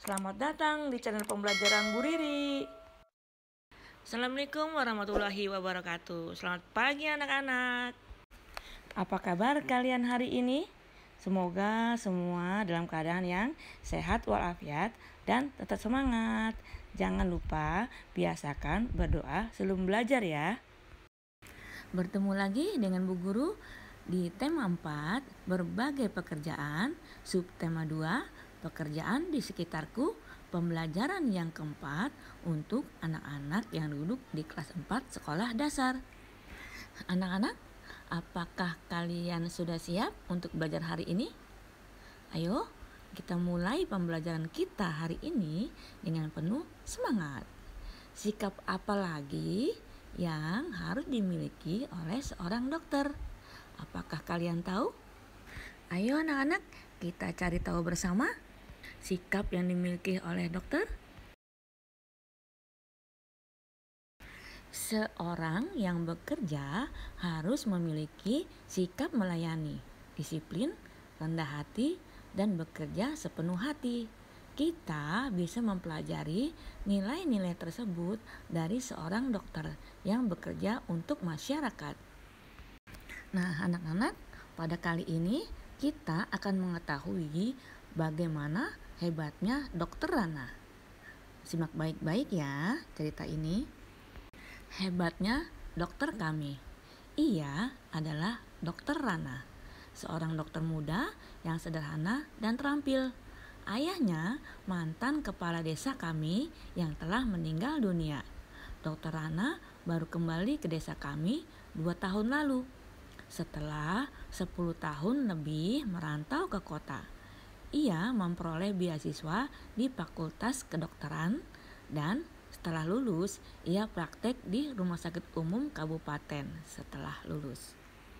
Selamat datang di channel pembelajaran Bu Riri. Assalamualaikum warahmatullahi wabarakatuh. Selamat pagi anak-anak. Apa kabar kalian hari ini? Semoga semua dalam keadaan yang sehat walafiat dan tetap semangat. Jangan lupa biasakan berdoa sebelum belajar ya. Bertemu lagi dengan Bu Guru di tema empat, berbagai pekerjaan, subtema dua, pekerjaan di sekitarku, pembelajaran yang keempat untuk anak-anak yang duduk di kelas empat sekolah dasar. Anak-anak, apakah kalian sudah siap untuk belajar hari ini? Ayo, kita mulai pembelajaran kita hari ini dengan penuh semangat. Sikap apa lagi yang harus dimiliki oleh seorang dokter? Apakah kalian tahu? Ayo anak-anak, kita cari tahu bersama sikap yang dimiliki oleh dokter. Seorang yang bekerja harus memiliki sikap melayani, disiplin, rendah hati, dan bekerja sepenuh hati. Kita bisa mempelajari nilai-nilai tersebut dari seorang dokter yang bekerja untuk masyarakat. Nah, anak-anak, pada kali ini kita akan mengetahui bagaimana hebatnya Dokter Rana. Simak baik-baik ya cerita ini. Hebatnya dokter kami. Ia adalah Dokter Rana, seorang dokter muda yang sederhana dan terampil. Ayahnya mantan kepala desa kami yang telah meninggal dunia. Dokter Rana baru kembali ke desa kami dua tahun lalu, setelah sepuluh tahun lebih merantau ke kota. Ia memperoleh beasiswa di Fakultas Kedokteran dan setelah lulus ia praktek di Rumah Sakit Umum Kabupaten setelah lulus.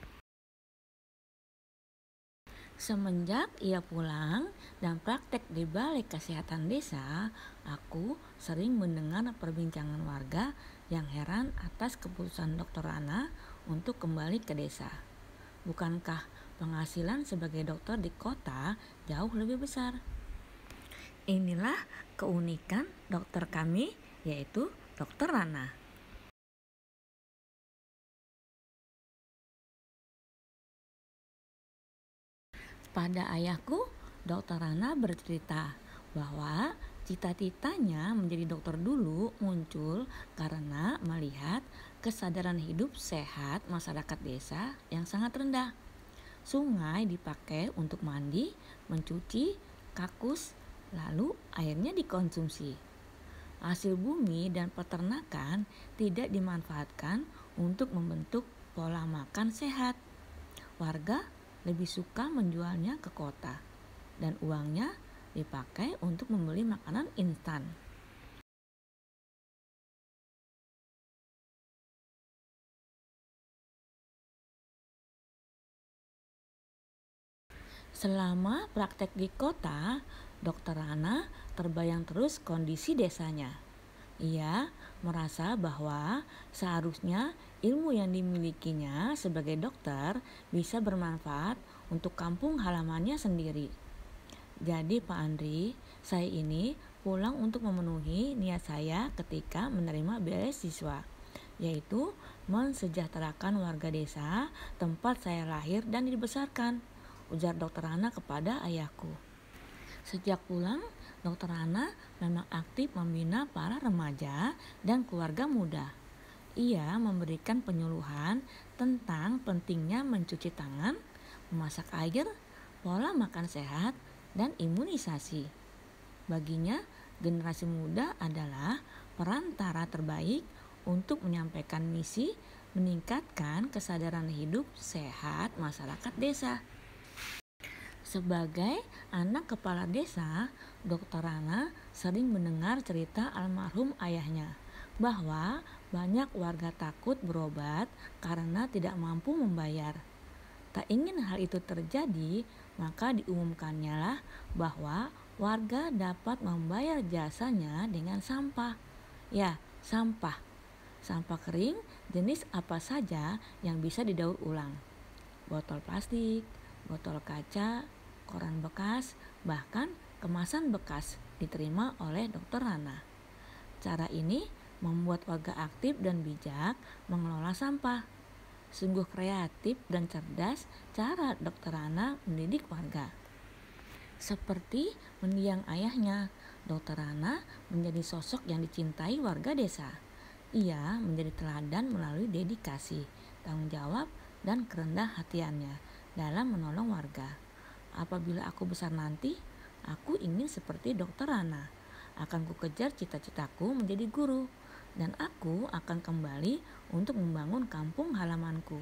Semenjak ia pulang dan praktek di Balai Kesehatan Desa, aku sering mendengar perbincangan warga yang heran atas keputusan Dokter Rana untuk kembali ke desa. Bukankah penghasilan sebagai dokter di kota jauh lebih besar? Inilah keunikan dokter kami, yaitu Dokter Rana. Pada ayahku, Dokter Rana bercerita bahwa cita-citanya menjadi dokter dulu muncul karena melihat kesadaran hidup sehat masyarakat desa yang sangat rendah. Sungai dipakai untuk mandi, mencuci, kakus, lalu airnya dikonsumsi. Hasil bumi dan peternakan tidak dimanfaatkan untuk membentuk pola makan sehat. Warga lebih suka menjualnya ke kota dan uangnya dipakai untuk membeli makanan instan. Selama praktek di kota, Dokter Rana terbayang terus kondisi desanya. Ia merasa bahwa seharusnya ilmu yang dimilikinya sebagai dokter bisa bermanfaat untuk kampung halamannya sendiri. Jadi Pak Andri, saya ini pulang untuk memenuhi niat saya ketika menerima beasiswa, yaitu mensejahterakan warga desa tempat saya lahir dan dibesarkan, ujar Dokter Rana kepada ayahku. Sejak pulang, Dokter Rana memang aktif membina para remaja dan keluarga muda. Ia memberikan penyuluhan tentang pentingnya mencuci tangan, memasak air, pola makan sehat, dan imunisasi. Baginya, generasi muda adalah perantara terbaik untuk menyampaikan misi meningkatkan kesadaran hidup sehat masyarakat desa. Sebagai anak kepala desa, Dokter Rana sering mendengar cerita almarhum ayahnya bahwa banyak warga takut berobat karena tidak mampu membayar. Tak ingin hal itu terjadi, maka diumumkannya lah bahwa warga dapat membayar jasanya dengan sampah. Ya, sampah. Sampah kering jenis apa saja yang bisa didaur ulang. Botol plastik, botol kaca, koran bekas, bahkan kemasan bekas diterima oleh dokter Rana. Cara ini membuat warga aktif dan bijak mengelola sampah. Sungguh kreatif dan cerdas cara dokter Rana mendidik warga. Seperti mendiang ayahnya, dokter Rana menjadi sosok yang dicintai warga desa. Ia menjadi teladan melalui dedikasi, tanggung jawab, dan kerendah hatiannya dalam menolong warga. Apabila aku besar nanti, aku ingin seperti dokter Rana. Akan kukejar cita-citaku menjadi guru, dan aku akan kembali untuk membangun kampung halamanku.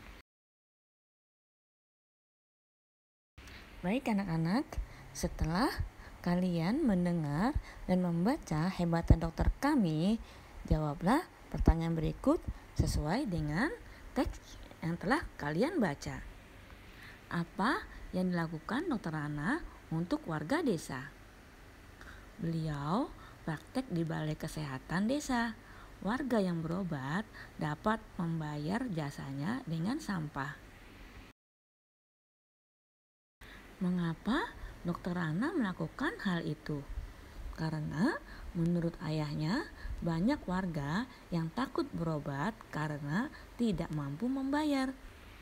Baik anak-anak, setelah kalian mendengar dan membaca Hebatnya Dokter Kami, jawablah pertanyaan berikut sesuai dengan teks yang telah kalian baca. Apa yang dilakukan dokter Rana untuk warga desa? Beliau praktek di Balai Kesehatan Desa. Warga yang berobat dapat membayar jasanya dengan sampah. Mengapa dokter Rana melakukan hal itu? Karena menurut ayahnya banyak warga yang takut berobat karena tidak mampu membayar.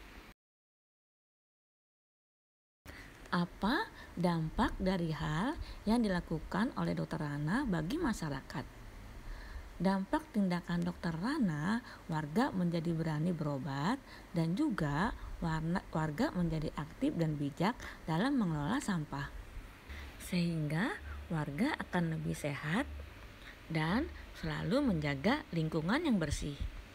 Apa dampak dari hal yang dilakukan oleh dokter Rana bagi masyarakat? Dampak tindakan dokter Rana, warga menjadi berani berobat dan juga warga menjadi aktif dan bijak dalam mengelola sampah. Sehingga warga akan lebih sehat dan selalu menjaga lingkungan yang bersih.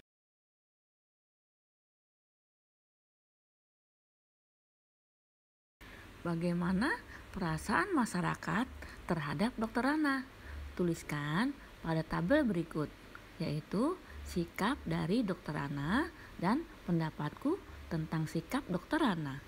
Bagaimana perasaan masyarakat terhadap dokter Rana? Tuliskan pada tabel berikut, yaitu sikap dari dokter Rana dan pendapatku tentang sikap dokter Rana.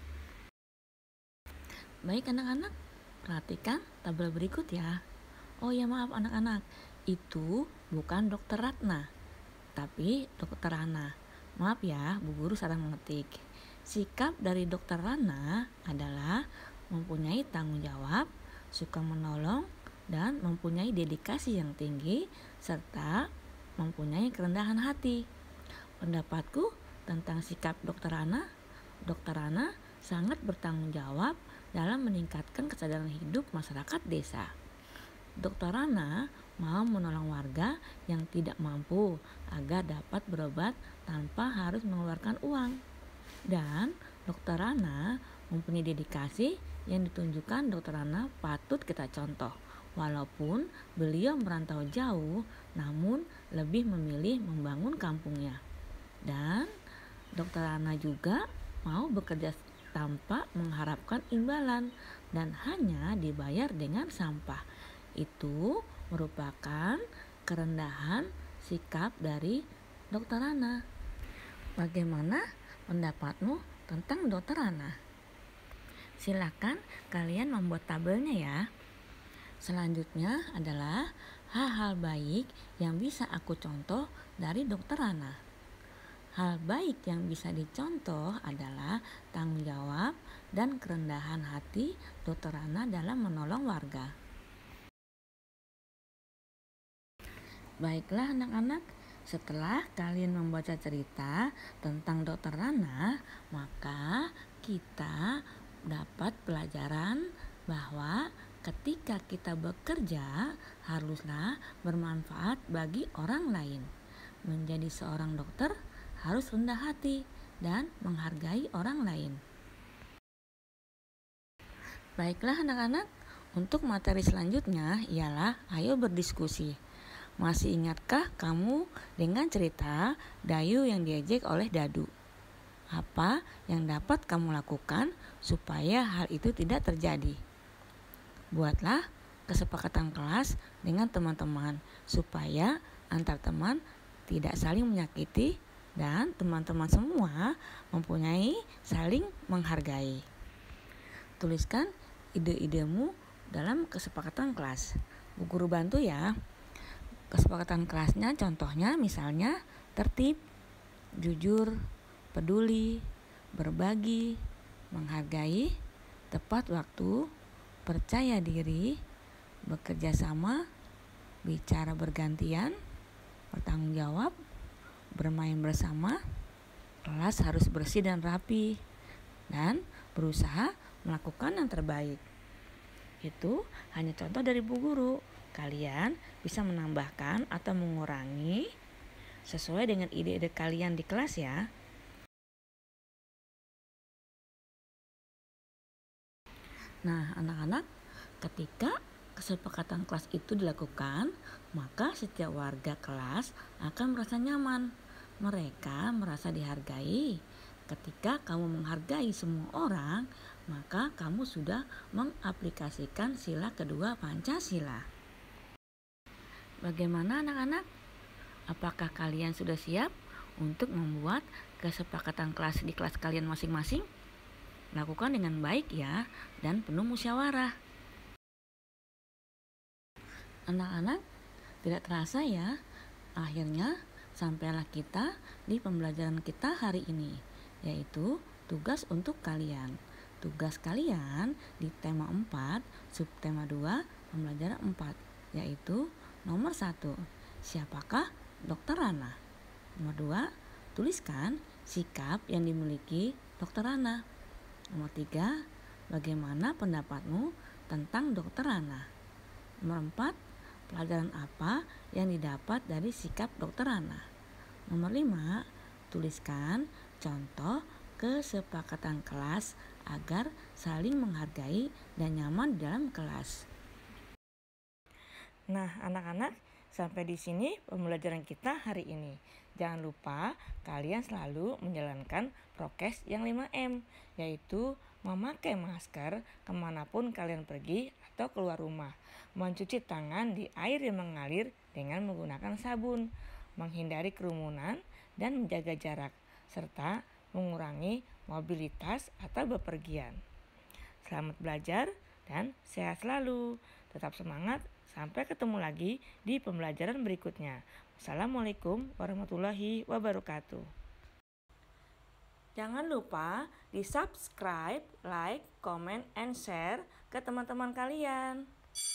Baik anak-anak, perhatikan tabel berikut ya. Oh ya maaf anak-anak, itu bukan dokter Ratna, tapi dokter Rana. Maaf ya, Bu Guru salah mengetik. Sikap dari dokter Rana adalah mempunyai tanggung jawab, suka menolong, dan mempunyai dedikasi yang tinggi, serta mempunyai kerendahan hati. Pendapatku tentang sikap dokter Rana, dokter Rana sangat bertanggung jawab dalam meningkatkan kesadaran hidup masyarakat desa. dokter Rana mau menolong warga yang tidak mampu agar dapat berobat tanpa harus mengeluarkan uang. Dan dokter Rana mempunyai dedikasi yang ditunjukkan dokter Rana patut kita contoh. Walaupun beliau merantau jauh, namun lebih memilih membangun kampungnya. Dan dokter Rana juga mau bekerja tanpa mengharapkan imbalan dan hanya dibayar dengan sampah. Itu merupakan kerendahan sikap dari dokter Rana. Bagaimana pendapatmu tentang dokter Rana? Silakan kalian membuat tabelnya ya. Selanjutnya adalah hal-hal baik yang bisa aku contoh dari dokter Rana. Hal baik yang bisa dicontoh adalah tanggung jawab dan kerendahan hati dokter Rana dalam menolong warga. Baiklah anak-anak, setelah kalian membaca cerita tentang dokter Rana, maka kita dapat pelajaran bahwa ketika kita bekerja haruslah bermanfaat bagi orang lain. Menjadi seorang dokter harus rendah hati dan menghargai orang lain. Baiklah anak-anak, untuk materi selanjutnya ialah ayo berdiskusi. Masih ingatkah kamu dengan cerita Dayu yang diejek oleh Dadu? Apa yang dapat kamu lakukan supaya hal itu tidak terjadi? Buatlah kesepakatan kelas dengan teman-teman supaya antar teman tidak saling menyakiti dan teman-teman semua mempunyai saling menghargai. Tuliskan ide-idemu dalam kesepakatan kelas. Bu Guru bantu ya. Kesepakatan kelasnya contohnya misalnya tertib, jujur, peduli, berbagi, menghargai, tepat waktu, percaya diri, bekerja sama, bicara bergantian, bertanggung jawab, bermain bersama, kelas harus bersih dan rapi, dan berusaha melakukan yang terbaik. Itu hanya contoh dari Bu Guru. Kalian bisa menambahkan atau mengurangi sesuai dengan ide-ide kalian di kelas ya. Nah, anak-anak, ketika kesepakatan kelas itu dilakukan, maka setiap warga kelas akan merasa nyaman. Mereka merasa dihargai. Ketika kamu menghargai semua orang, maka kamu sudah mengaplikasikan sila kedua Pancasila. Bagaimana anak-anak? Apakah kalian sudah siap untuk membuat kesepakatan kelas di kelas kalian masing-masing? Lakukan dengan baik ya, dan penuh musyawarah. Anak-anak, tidak terasa ya, akhirnya sampailah kita di pembelajaran kita hari ini, yaitu tugas untuk kalian. Tugas kalian di tema empat, subtema dua, pembelajaran empat, yaitu nomor satu, siapakah Dokter Rana? Nomor dua, tuliskan sikap yang dimiliki Dokter Rana. Nomor tiga, bagaimana pendapatmu tentang Dokter Rana? Nomor empat, pelajaran apa yang didapat dari sikap Dokter Rana? Nomor lima, tuliskan contoh kesepakatan kelas agar saling menghargai dan nyaman dalam kelas. Nah, anak-anak, sampai di sini pembelajaran kita hari ini. Jangan lupa kalian selalu menjalankan prokes yang lima M, yaitu memakai masker kemanapun kalian pergi atau keluar rumah, mencuci tangan di air yang mengalir dengan menggunakan sabun, menghindari kerumunan dan menjaga jarak, serta mengurangi mobilitas atau bepergian. Selamat belajar dan sehat selalu. Tetap semangat. Sampai ketemu lagi di pembelajaran berikutnya. Wassalamualaikum warahmatullahi wabarakatuh. Jangan lupa di subscribe, like, comment, and share ke teman-teman kalian.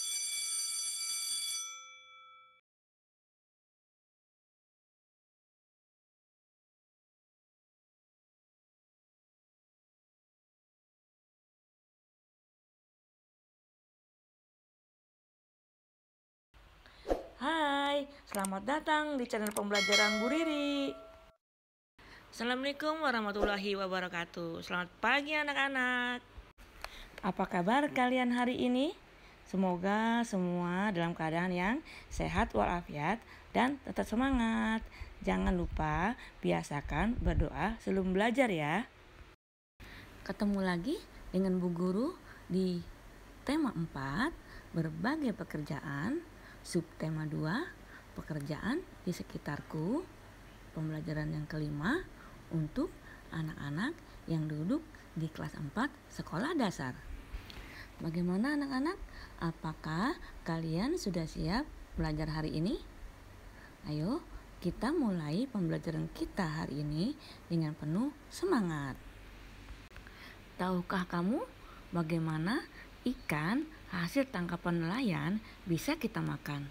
Hai, selamat datang di channel pembelajaran Bu Riri. Assalamualaikum warahmatullahi wabarakatuh. Selamat pagi anak-anak. Apa kabar kalian hari ini? Semoga semua dalam keadaan yang sehat walafiat dan tetap semangat. Jangan lupa biasakan berdoa sebelum belajar ya. Ketemu lagi dengan Bu Guru di tema empat, berbagai pekerjaan. Subtema dua, pekerjaan di sekitarku, pembelajaran yang kelima untuk anak-anak yang duduk di kelas empat sekolah dasar. Bagaimana anak-anak? Apakah kalian sudah siap belajar hari ini? Ayo kita mulai pembelajaran kita hari ini dengan penuh semangat. Tahukah kamu bagaimana ikan hasil tangkapan nelayan bisa kita makan?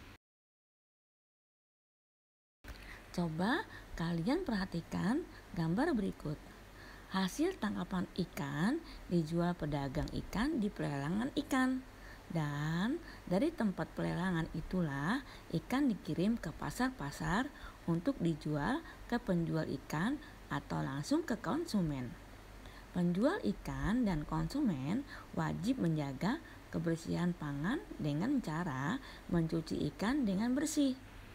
Coba kalian perhatikan gambar berikut. Hasil tangkapan ikan dijual pedagang ikan di pelelangan ikan. Dan dari tempat pelelangan itulah ikan dikirim ke pasar-pasar untuk dijual ke penjual ikan atau langsung ke konsumen. Penjual ikan dan konsumen wajib menjaga kebersihan pangan dengan cara mencuci ikan dengan bersih.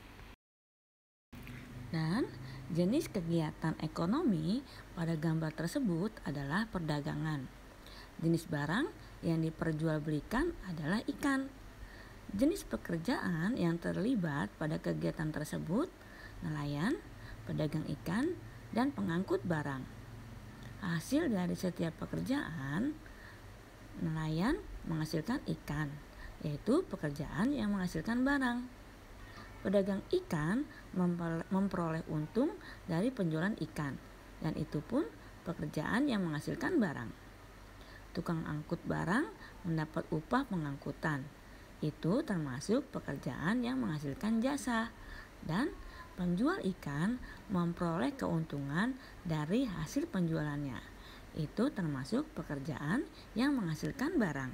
Dan jenis kegiatan ekonomi pada gambar tersebut adalah perdagangan. Jenis barang yang diperjualbelikan adalah ikan. Jenis pekerjaan yang terlibat pada kegiatan tersebut nelayan, pedagang ikan, dan pengangkut barang. Hasil dari setiap pekerjaan, nelayan menghasilkan ikan, yaitu pekerjaan yang menghasilkan barang. Pedagang ikan memperoleh untung dari penjualan ikan, dan itu pun pekerjaan yang menghasilkan barang. Tukang angkut barang mendapat upah pengangkutan, Itu termasuk pekerjaan yang menghasilkan jasa, dan penjual ikan memperoleh keuntungan dari hasil penjualannya. Itu termasuk pekerjaan yang menghasilkan barang.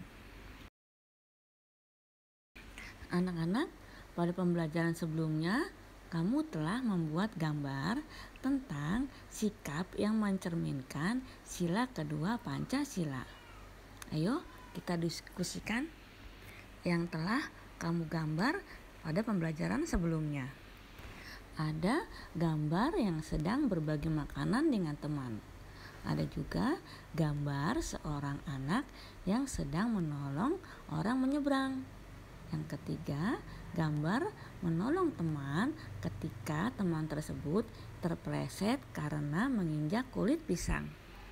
Anak-anak, pada pembelajaran sebelumnya, kamu telah membuat gambar tentang sikap yang mencerminkan sila kedua Pancasila. Ayo kita diskusikan yang telah kamu gambar pada pembelajaran sebelumnya. Ada gambar yang sedang berbagi makanan dengan teman. Ada juga gambar seorang anak yang sedang menolong orang menyeberang. Yang ketiga, gambar menolong teman ketika teman tersebut terpeleset karena menginjak kulit pisang.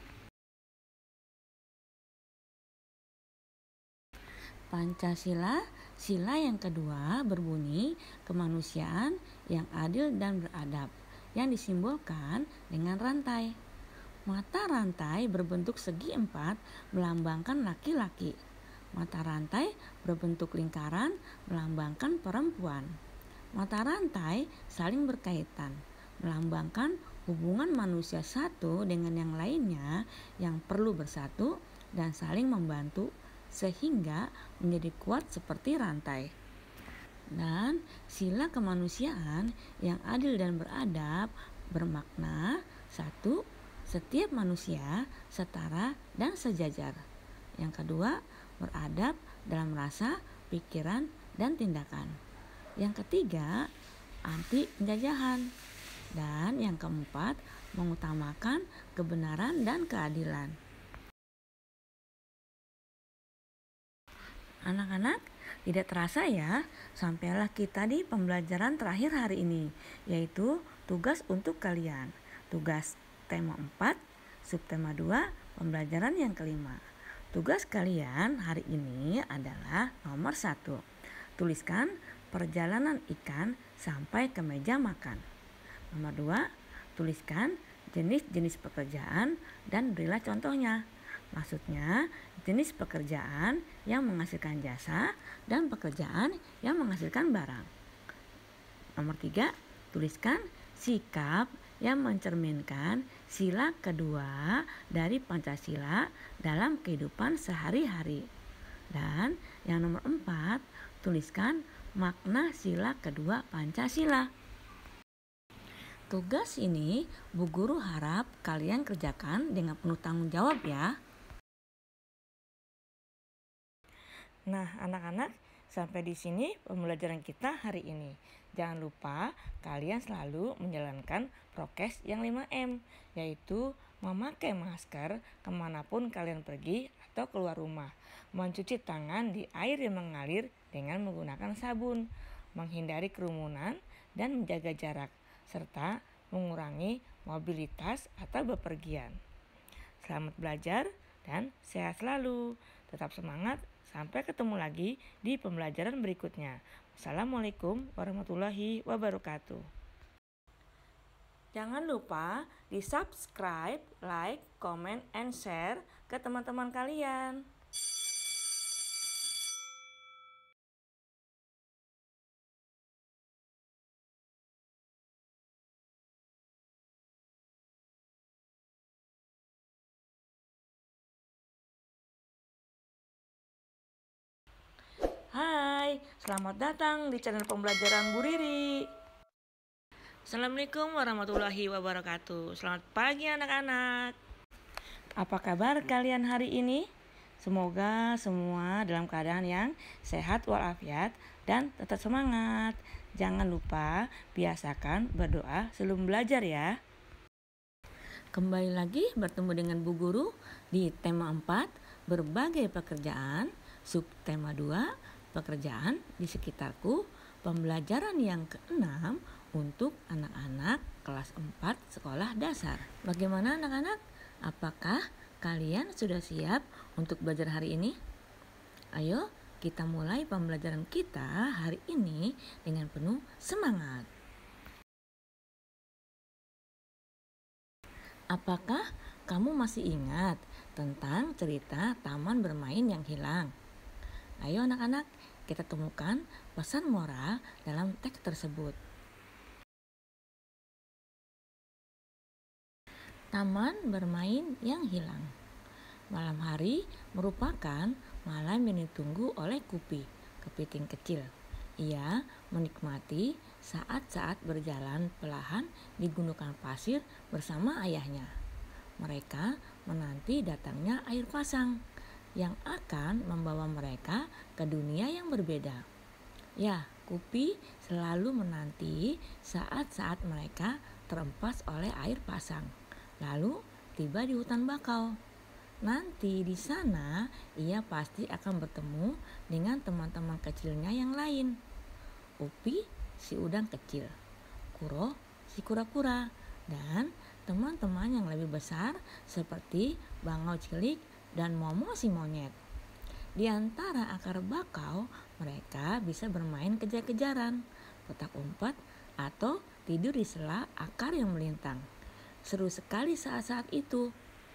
Pancasila, sila yang kedua berbunyi kemanusiaan yang adil dan beradab, yang disimbolkan dengan rantai. Mata rantai berbentuk segi empat melambangkan laki-laki. Mata rantai berbentuk lingkaran melambangkan perempuan. Mata rantai saling berkaitan, melambangkan hubungan manusia satu dengan yang lainnya yang perlu bersatu dan saling membantu sehingga menjadi kuat seperti rantai. Dan sila kemanusiaan yang adil dan beradab bermakna satu, setiap manusia setara dan sejajar. Yang kedua, beradab dalam rasa, pikiran, dan tindakan. Yang ketiga, anti penjajahan. Dan yang keempat, mengutamakan kebenaran dan keadilan. Anak-anak, tidak terasa ya, sampailah kita di pembelajaran terakhir hari ini, yaitu tugas untuk kalian. Tugas tema empat, subtema dua, pembelajaran yang kelima. Tugas kalian hari ini adalah nomor satu. Tuliskan perjalanan ikan sampai ke meja makan. Nomor dua, tuliskan jenis-jenis pekerjaan dan berilah contohnya. Maksudnya, jenis pekerjaan yang menghasilkan jasa dan pekerjaan yang menghasilkan barang. Nomor tiga, tuliskan sikap yang mencerminkan sila kedua dari Pancasila dalam kehidupan sehari-hari. Dan yang nomor empat, tuliskan makna sila kedua Pancasila. Tugas ini Bu Guru harap kalian kerjakan dengan penuh tanggung jawab ya. Nah, anak-anak, sampai di sini pembelajaran kita hari ini. Jangan lupa kalian selalu menjalankan prokes yang lima M, yaitu memakai masker kemanapun kalian pergi atau keluar rumah, mencuci tangan di air yang mengalir dengan menggunakan sabun, menghindari kerumunan dan menjaga jarak, serta mengurangi mobilitas atau bepergian. Selamat belajar dan sehat selalu. Tetap semangat. Sampai ketemu lagi di pembelajaran berikutnya. Assalamualaikum warahmatullahi wabarakatuh. Jangan lupa di subscribe, like, comment, and share ke teman-teman kalian. Hai, selamat datang di channel pembelajaran Bu Riri. Assalamualaikum warahmatullahi wabarakatuh. Selamat pagi anak-anak. Apa kabar kalian hari ini? Semoga semua dalam keadaan yang sehat walafiat dan tetap semangat. Jangan lupa biasakan berdoa sebelum belajar ya. Kembali lagi bertemu dengan Bu Guru di tema empat, berbagai pekerjaan, subtema dua, pekerjaan di sekitarku, pembelajaran yang keenam untuk anak-anak kelas empat sekolah dasar. Bagaimana anak-anak? Apakah kalian sudah siap untuk belajar hari ini? Ayo kita mulai pembelajaran kita hari ini dengan penuh semangat. Apakah kamu masih ingat tentang cerita taman bermain yang hilang? Ayo anak-anak, kita temukan pesan moral dalam teks tersebut. Taman bermain yang hilang. Malam hari merupakan malam yang ditunggu oleh Kupi, kepiting kecil. Ia menikmati saat-saat berjalan perlahan di gundukan pasir bersama ayahnya. Mereka menanti datangnya air pasang yang akan membawa mereka ke dunia yang berbeda. Ya, Kupi selalu menanti saat-saat mereka terempas oleh air pasang, lalu tiba di hutan bakau. Nanti di sana ia pasti akan bertemu dengan teman-teman kecilnya yang lain. Upi si udang kecil, Kuro si kura-kura, dan teman-teman yang lebih besar seperti bangau cilik dan Momo si monyet. Di antara akar bakau, mereka bisa bermain kejar-kejaran, petak umpet, atau tidur di sela akar yang melintang. Seru sekali saat-saat itu.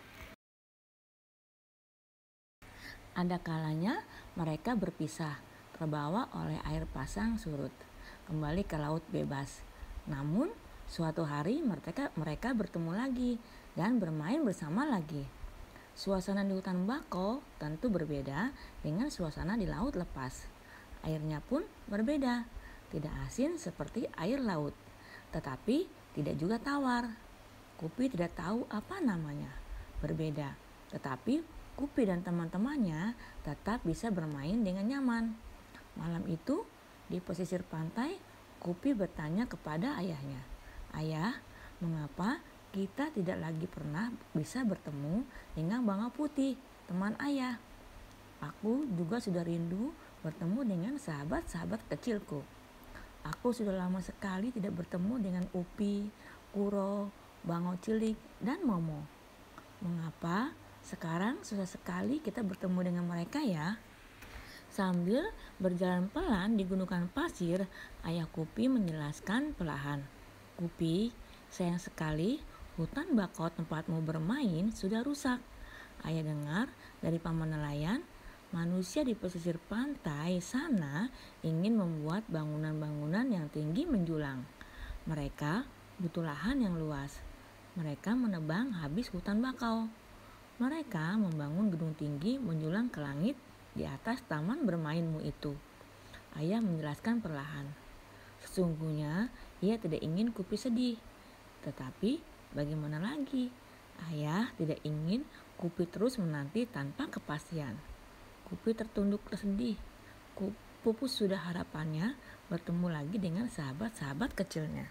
Ada kalanya mereka berpisah, terbawa oleh air pasang surut, kembali ke laut bebas. Namun suatu hari mereka mereka bertemu lagi dan bermain bersama lagi. Suasana di hutan bakau tentu berbeda dengan suasana di laut lepas. Airnya pun berbeda, tidak asin seperti air laut, tetapi tidak juga tawar. Kupi tidak tahu apa namanya, berbeda, tetapi Kupi dan teman-temannya tetap bisa bermain dengan nyaman. Malam itu, di pesisir pantai, Kupi bertanya kepada ayahnya, "Ayah, mengapa kita tidak lagi pernah bisa bertemu dengan bangau putih, teman ayah? Aku juga sudah rindu bertemu dengan sahabat-sahabat kecilku. Aku sudah lama sekali tidak bertemu dengan Upi, Kuro, bangau cilik, dan Momo. Mengapa sekarang susah sekali kita bertemu dengan mereka ya?" Sambil berjalan pelan di gundukan pasir, ayah Kupi menjelaskan perlahan. "Kupi, sayang sekali hutan bakau tempatmu bermain sudah rusak. Ayah dengar dari paman nelayan, manusia di pesisir pantai sana ingin membuat bangunan-bangunan yang tinggi menjulang. Mereka butuh lahan yang luas. Mereka menebang habis hutan bakau. Mereka membangun gedung tinggi menjulang ke langit di atas taman bermainmu itu." Ayah menjelaskan perlahan. Sesungguhnya ia tidak ingin Kupi sedih. Tetapi bagaimana lagi? Ayah tidak ingin Kupi terus menanti tanpa kepastian. Kupi tertunduk tersedih. Pupus sudah harapannya bertemu lagi dengan sahabat-sahabat kecilnya.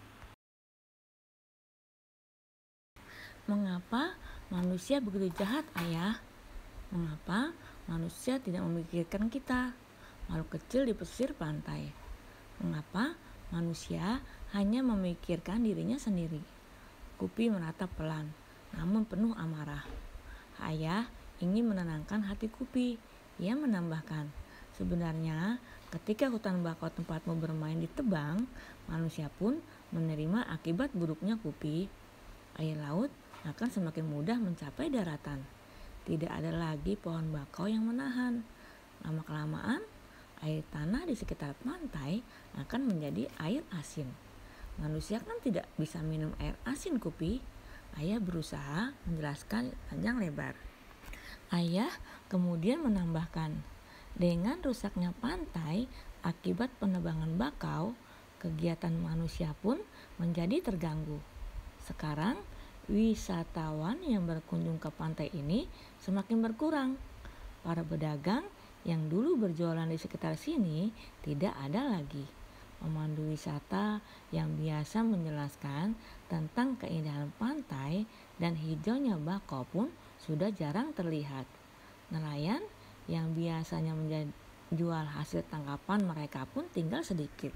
"Mengapa manusia begitu jahat, ayah? Mengapa manusia tidak memikirkan kita, makhluk kecil di pesisir pantai? Mengapa manusia hanya memikirkan dirinya sendiri?" Kupi menatap pelan, namun penuh amarah. Ayah ingin menenangkan hati Kupi. Ia menambahkan, "Sebenarnya ketika hutan bakau tempatmu bermain ditebang, manusia pun menerima akibat buruknya Kupi. Air laut akan semakin mudah mencapai daratan. Tidak ada lagi pohon bakau yang menahan. Lama-kelamaan, air tanah di sekitar pantai akan menjadi air asin. Manusia kan tidak bisa minum air asin, Kupi." Ayah berusaha menjelaskan panjang lebar. Ayah kemudian menambahkan, "Dengan rusaknya pantai akibat penebangan bakau, kegiatan manusia pun menjadi terganggu. Sekarang wisatawan yang berkunjung ke pantai ini semakin berkurang. Para pedagang yang dulu berjualan di sekitar sini tidak ada lagi. Pemandu wisata yang biasa menjelaskan tentang keindahan pantai dan hijaunya bakau pun sudah jarang terlihat. Nelayan yang biasanya menjual hasil tangkapan mereka pun tinggal sedikit."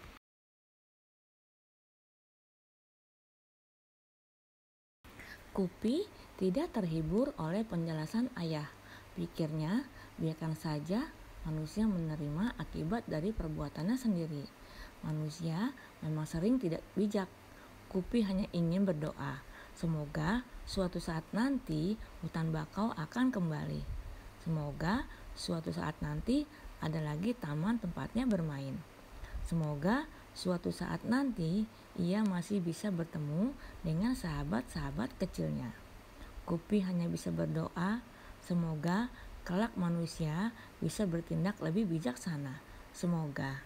Kupi tidak terhibur oleh penjelasan ayah. Pikirnya, biarkan saja manusia menerima akibat dari perbuatannya sendiri. Manusia memang sering tidak bijak. Kupi hanya ingin berdoa, semoga suatu saat nanti hutan bakau akan kembali. Semoga suatu saat nanti ada lagi taman tempatnya bermain. Semoga suatu saat nanti ia masih bisa bertemu dengan sahabat-sahabat kecilnya. Kupi hanya bisa berdoa, semoga kelak manusia bisa bertindak lebih bijaksana. Semoga.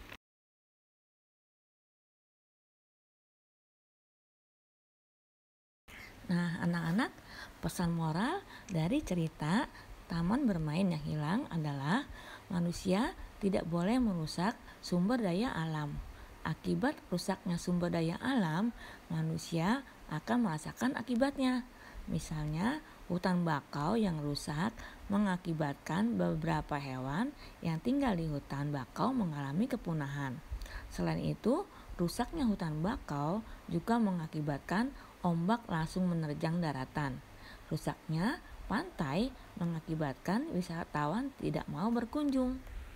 Nah, anak-anak, pesan moral dari cerita Taman Bermain yang Hilang adalah manusia tidak boleh merusak sumber daya alam. Akibat rusaknya sumber daya alam, manusia akan merasakan akibatnya. Misalnya, hutan bakau yang rusak mengakibatkan beberapa hewan yang tinggal di hutan bakau mengalami kepunahan. Selain itu, rusaknya hutan bakau juga mengakibatkan ombak langsung menerjang daratan. Rusaknya pantai mengakibatkan wisatawan tidak mau berkunjung.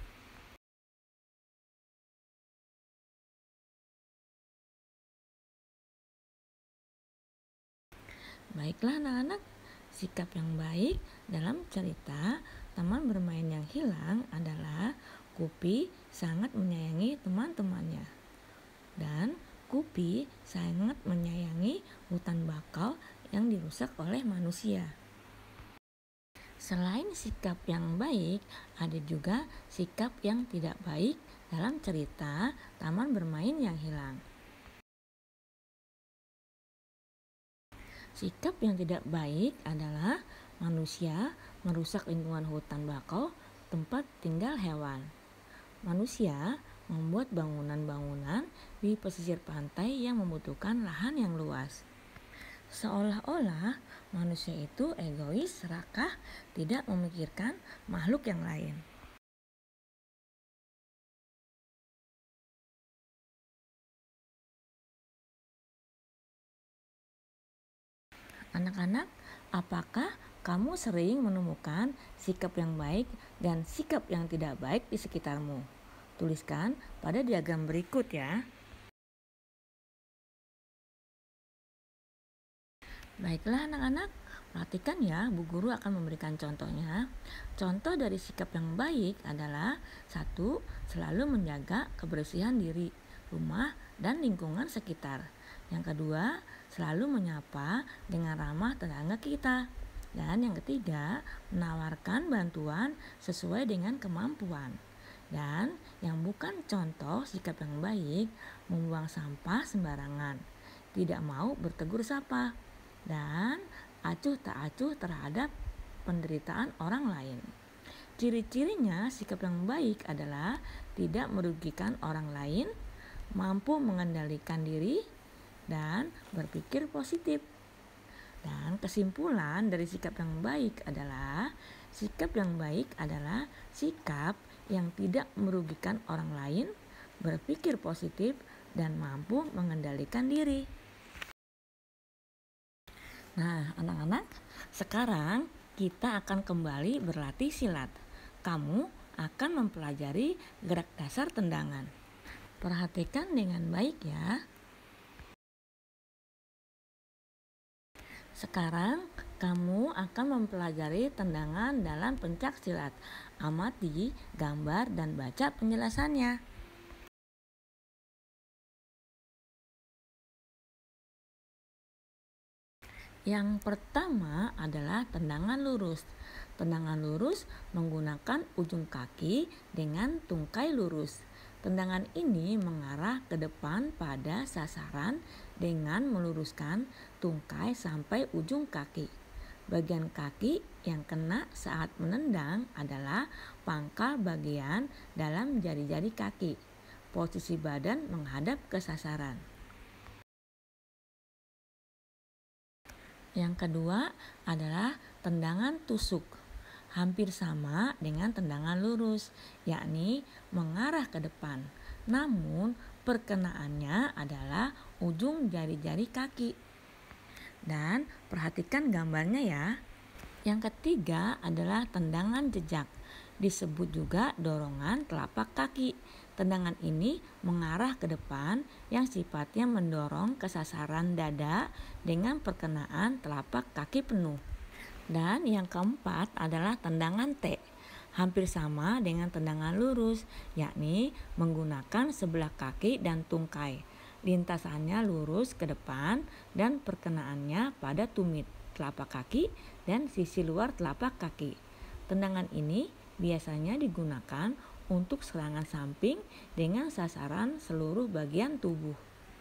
Baiklah anak-anak, sikap yang baik dalam cerita Taman Bermain yang Hilang adalah Kupi sangat menyayangi teman-temannya. Dan Kupi sangat menyayangi hutan bakau yang dirusak oleh manusia. Selain sikap yang baik, ada juga sikap yang tidak baik dalam cerita Taman Bermain yang Hilang. Sikap yang tidak baik adalah manusia merusak lingkungan hutan bakau tempat tinggal hewan. Manusia membuat bangunan-bangunan di pesisir pantai yang membutuhkan lahan yang luas. Seolah-olah manusia itu egois, serakah, tidak memikirkan makhluk yang lain. Anak-anak, apakah kamu sering menemukan sikap yang baik dan sikap yang tidak baik di sekitarmu? Tuliskan pada diagram berikut ya. Baiklah anak-anak, perhatikan ya, Bu Guru akan memberikan contohnya. Contoh dari sikap yang baik adalah satu, selalu menjaga kebersihan diri, rumah, dan lingkungan sekitar. Yang kedua, selalu menyapa dengan ramah tetangga kita. Dan yang ketiga, menawarkan bantuan sesuai dengan kemampuan. Dan yang bukan contoh sikap yang baik, membuang sampah sembarangan, tidak mau bertegur sapa, dan acuh tak acuh terhadap penderitaan orang lain. Ciri-cirinya sikap yang baik adalah tidak merugikan orang lain, mampu mengendalikan diri, dan berpikir positif. Dan kesimpulan dari sikap yang baik adalah sikap yang baik adalah sikap yang tidak merugikan orang lain, berpikir positif, dan mampu mengendalikan diri. Nah, anak-anak, sekarang kita akan kembali berlatih silat. Kamu akan mempelajari gerak dasar tendangan. Perhatikan dengan baik ya. Sekarang kamu akan mempelajari tendangan dalam pencak silat. Amati gambar dan baca penjelasannya. Yang pertama adalah tendangan lurus. Tendangan lurus menggunakan ujung kaki dengan tungkai lurus. Tendangan ini mengarah ke depan pada sasaran dengan meluruskan tungkai sampai ujung kaki. Bagian kaki yang kena saat menendang adalah pangkal bagian dalam jari-jari kaki. Posisi badan menghadap ke sasaran. Yang kedua adalah tendangan tusuk. Hampir sama dengan tendangan lurus, yakni mengarah ke depan. Namun perkenaannya adalah ujung jari-jari kaki. Dan perhatikan gambarnya ya. Yang ketiga adalah tendangan jejak. Disebut juga dorongan telapak kaki. Tendangan ini mengarah ke depan yang sifatnya mendorong ke sasaran dada dengan perkenaan telapak kaki penuh. Dan yang keempat adalah tendangan T. hampir sama dengan tendangan lurus, yakni menggunakan sebelah kaki dan tungkai. Lintasannya lurus ke depan dan perkenaannya pada tumit, telapak kaki, dan sisi luar telapak kaki. Tendangan ini biasanya digunakan untuk serangan samping dengan sasaran seluruh bagian tubuh.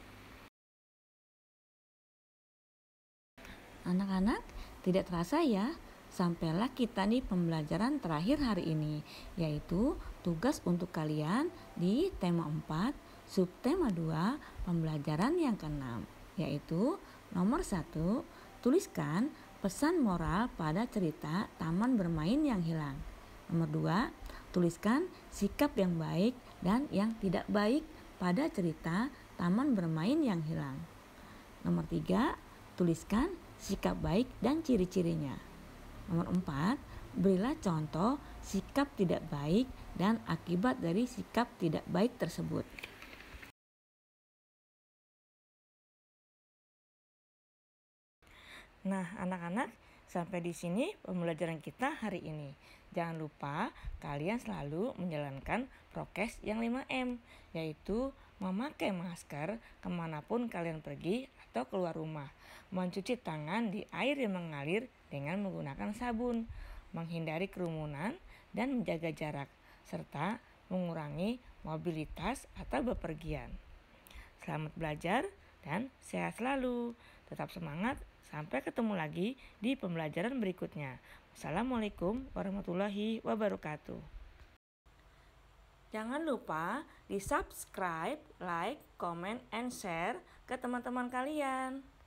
Anak-anak, tidak terasa ya, sampailah kita di pembelajaran terakhir hari ini, yaitu tugas untuk kalian di tema empat, subtema dua, pembelajaran yang keenam, yaitu nomor satu, tuliskan pesan moral pada cerita Taman Bermain yang Hilang. Nomor dua, tuliskan sikap yang baik dan yang tidak baik pada cerita Taman Bermain yang Hilang. Nomor tiga, tuliskan sikap baik dan ciri-cirinya. Nomor empat, berilah contoh sikap tidak baik dan akibat dari sikap tidak baik tersebut. Nah, anak-anak, sampai di sini pembelajaran kita hari ini. Jangan lupa kalian selalu menjalankan prokes yang lima M, yaitu memakai masker kemanapun kalian pergi atau keluar rumah, mencuci tangan di air yang mengalir dengan menggunakan sabun, menghindari kerumunan dan menjaga jarak, serta mengurangi mobilitas atau bepergian. Selamat belajar dan sehat selalu. Tetap semangat, sampai ketemu lagi di pembelajaran berikutnya. Wassalamualaikum warahmatullahi wabarakatuh. Jangan lupa di subscribe, like, comment, and share ke teman-teman kalian.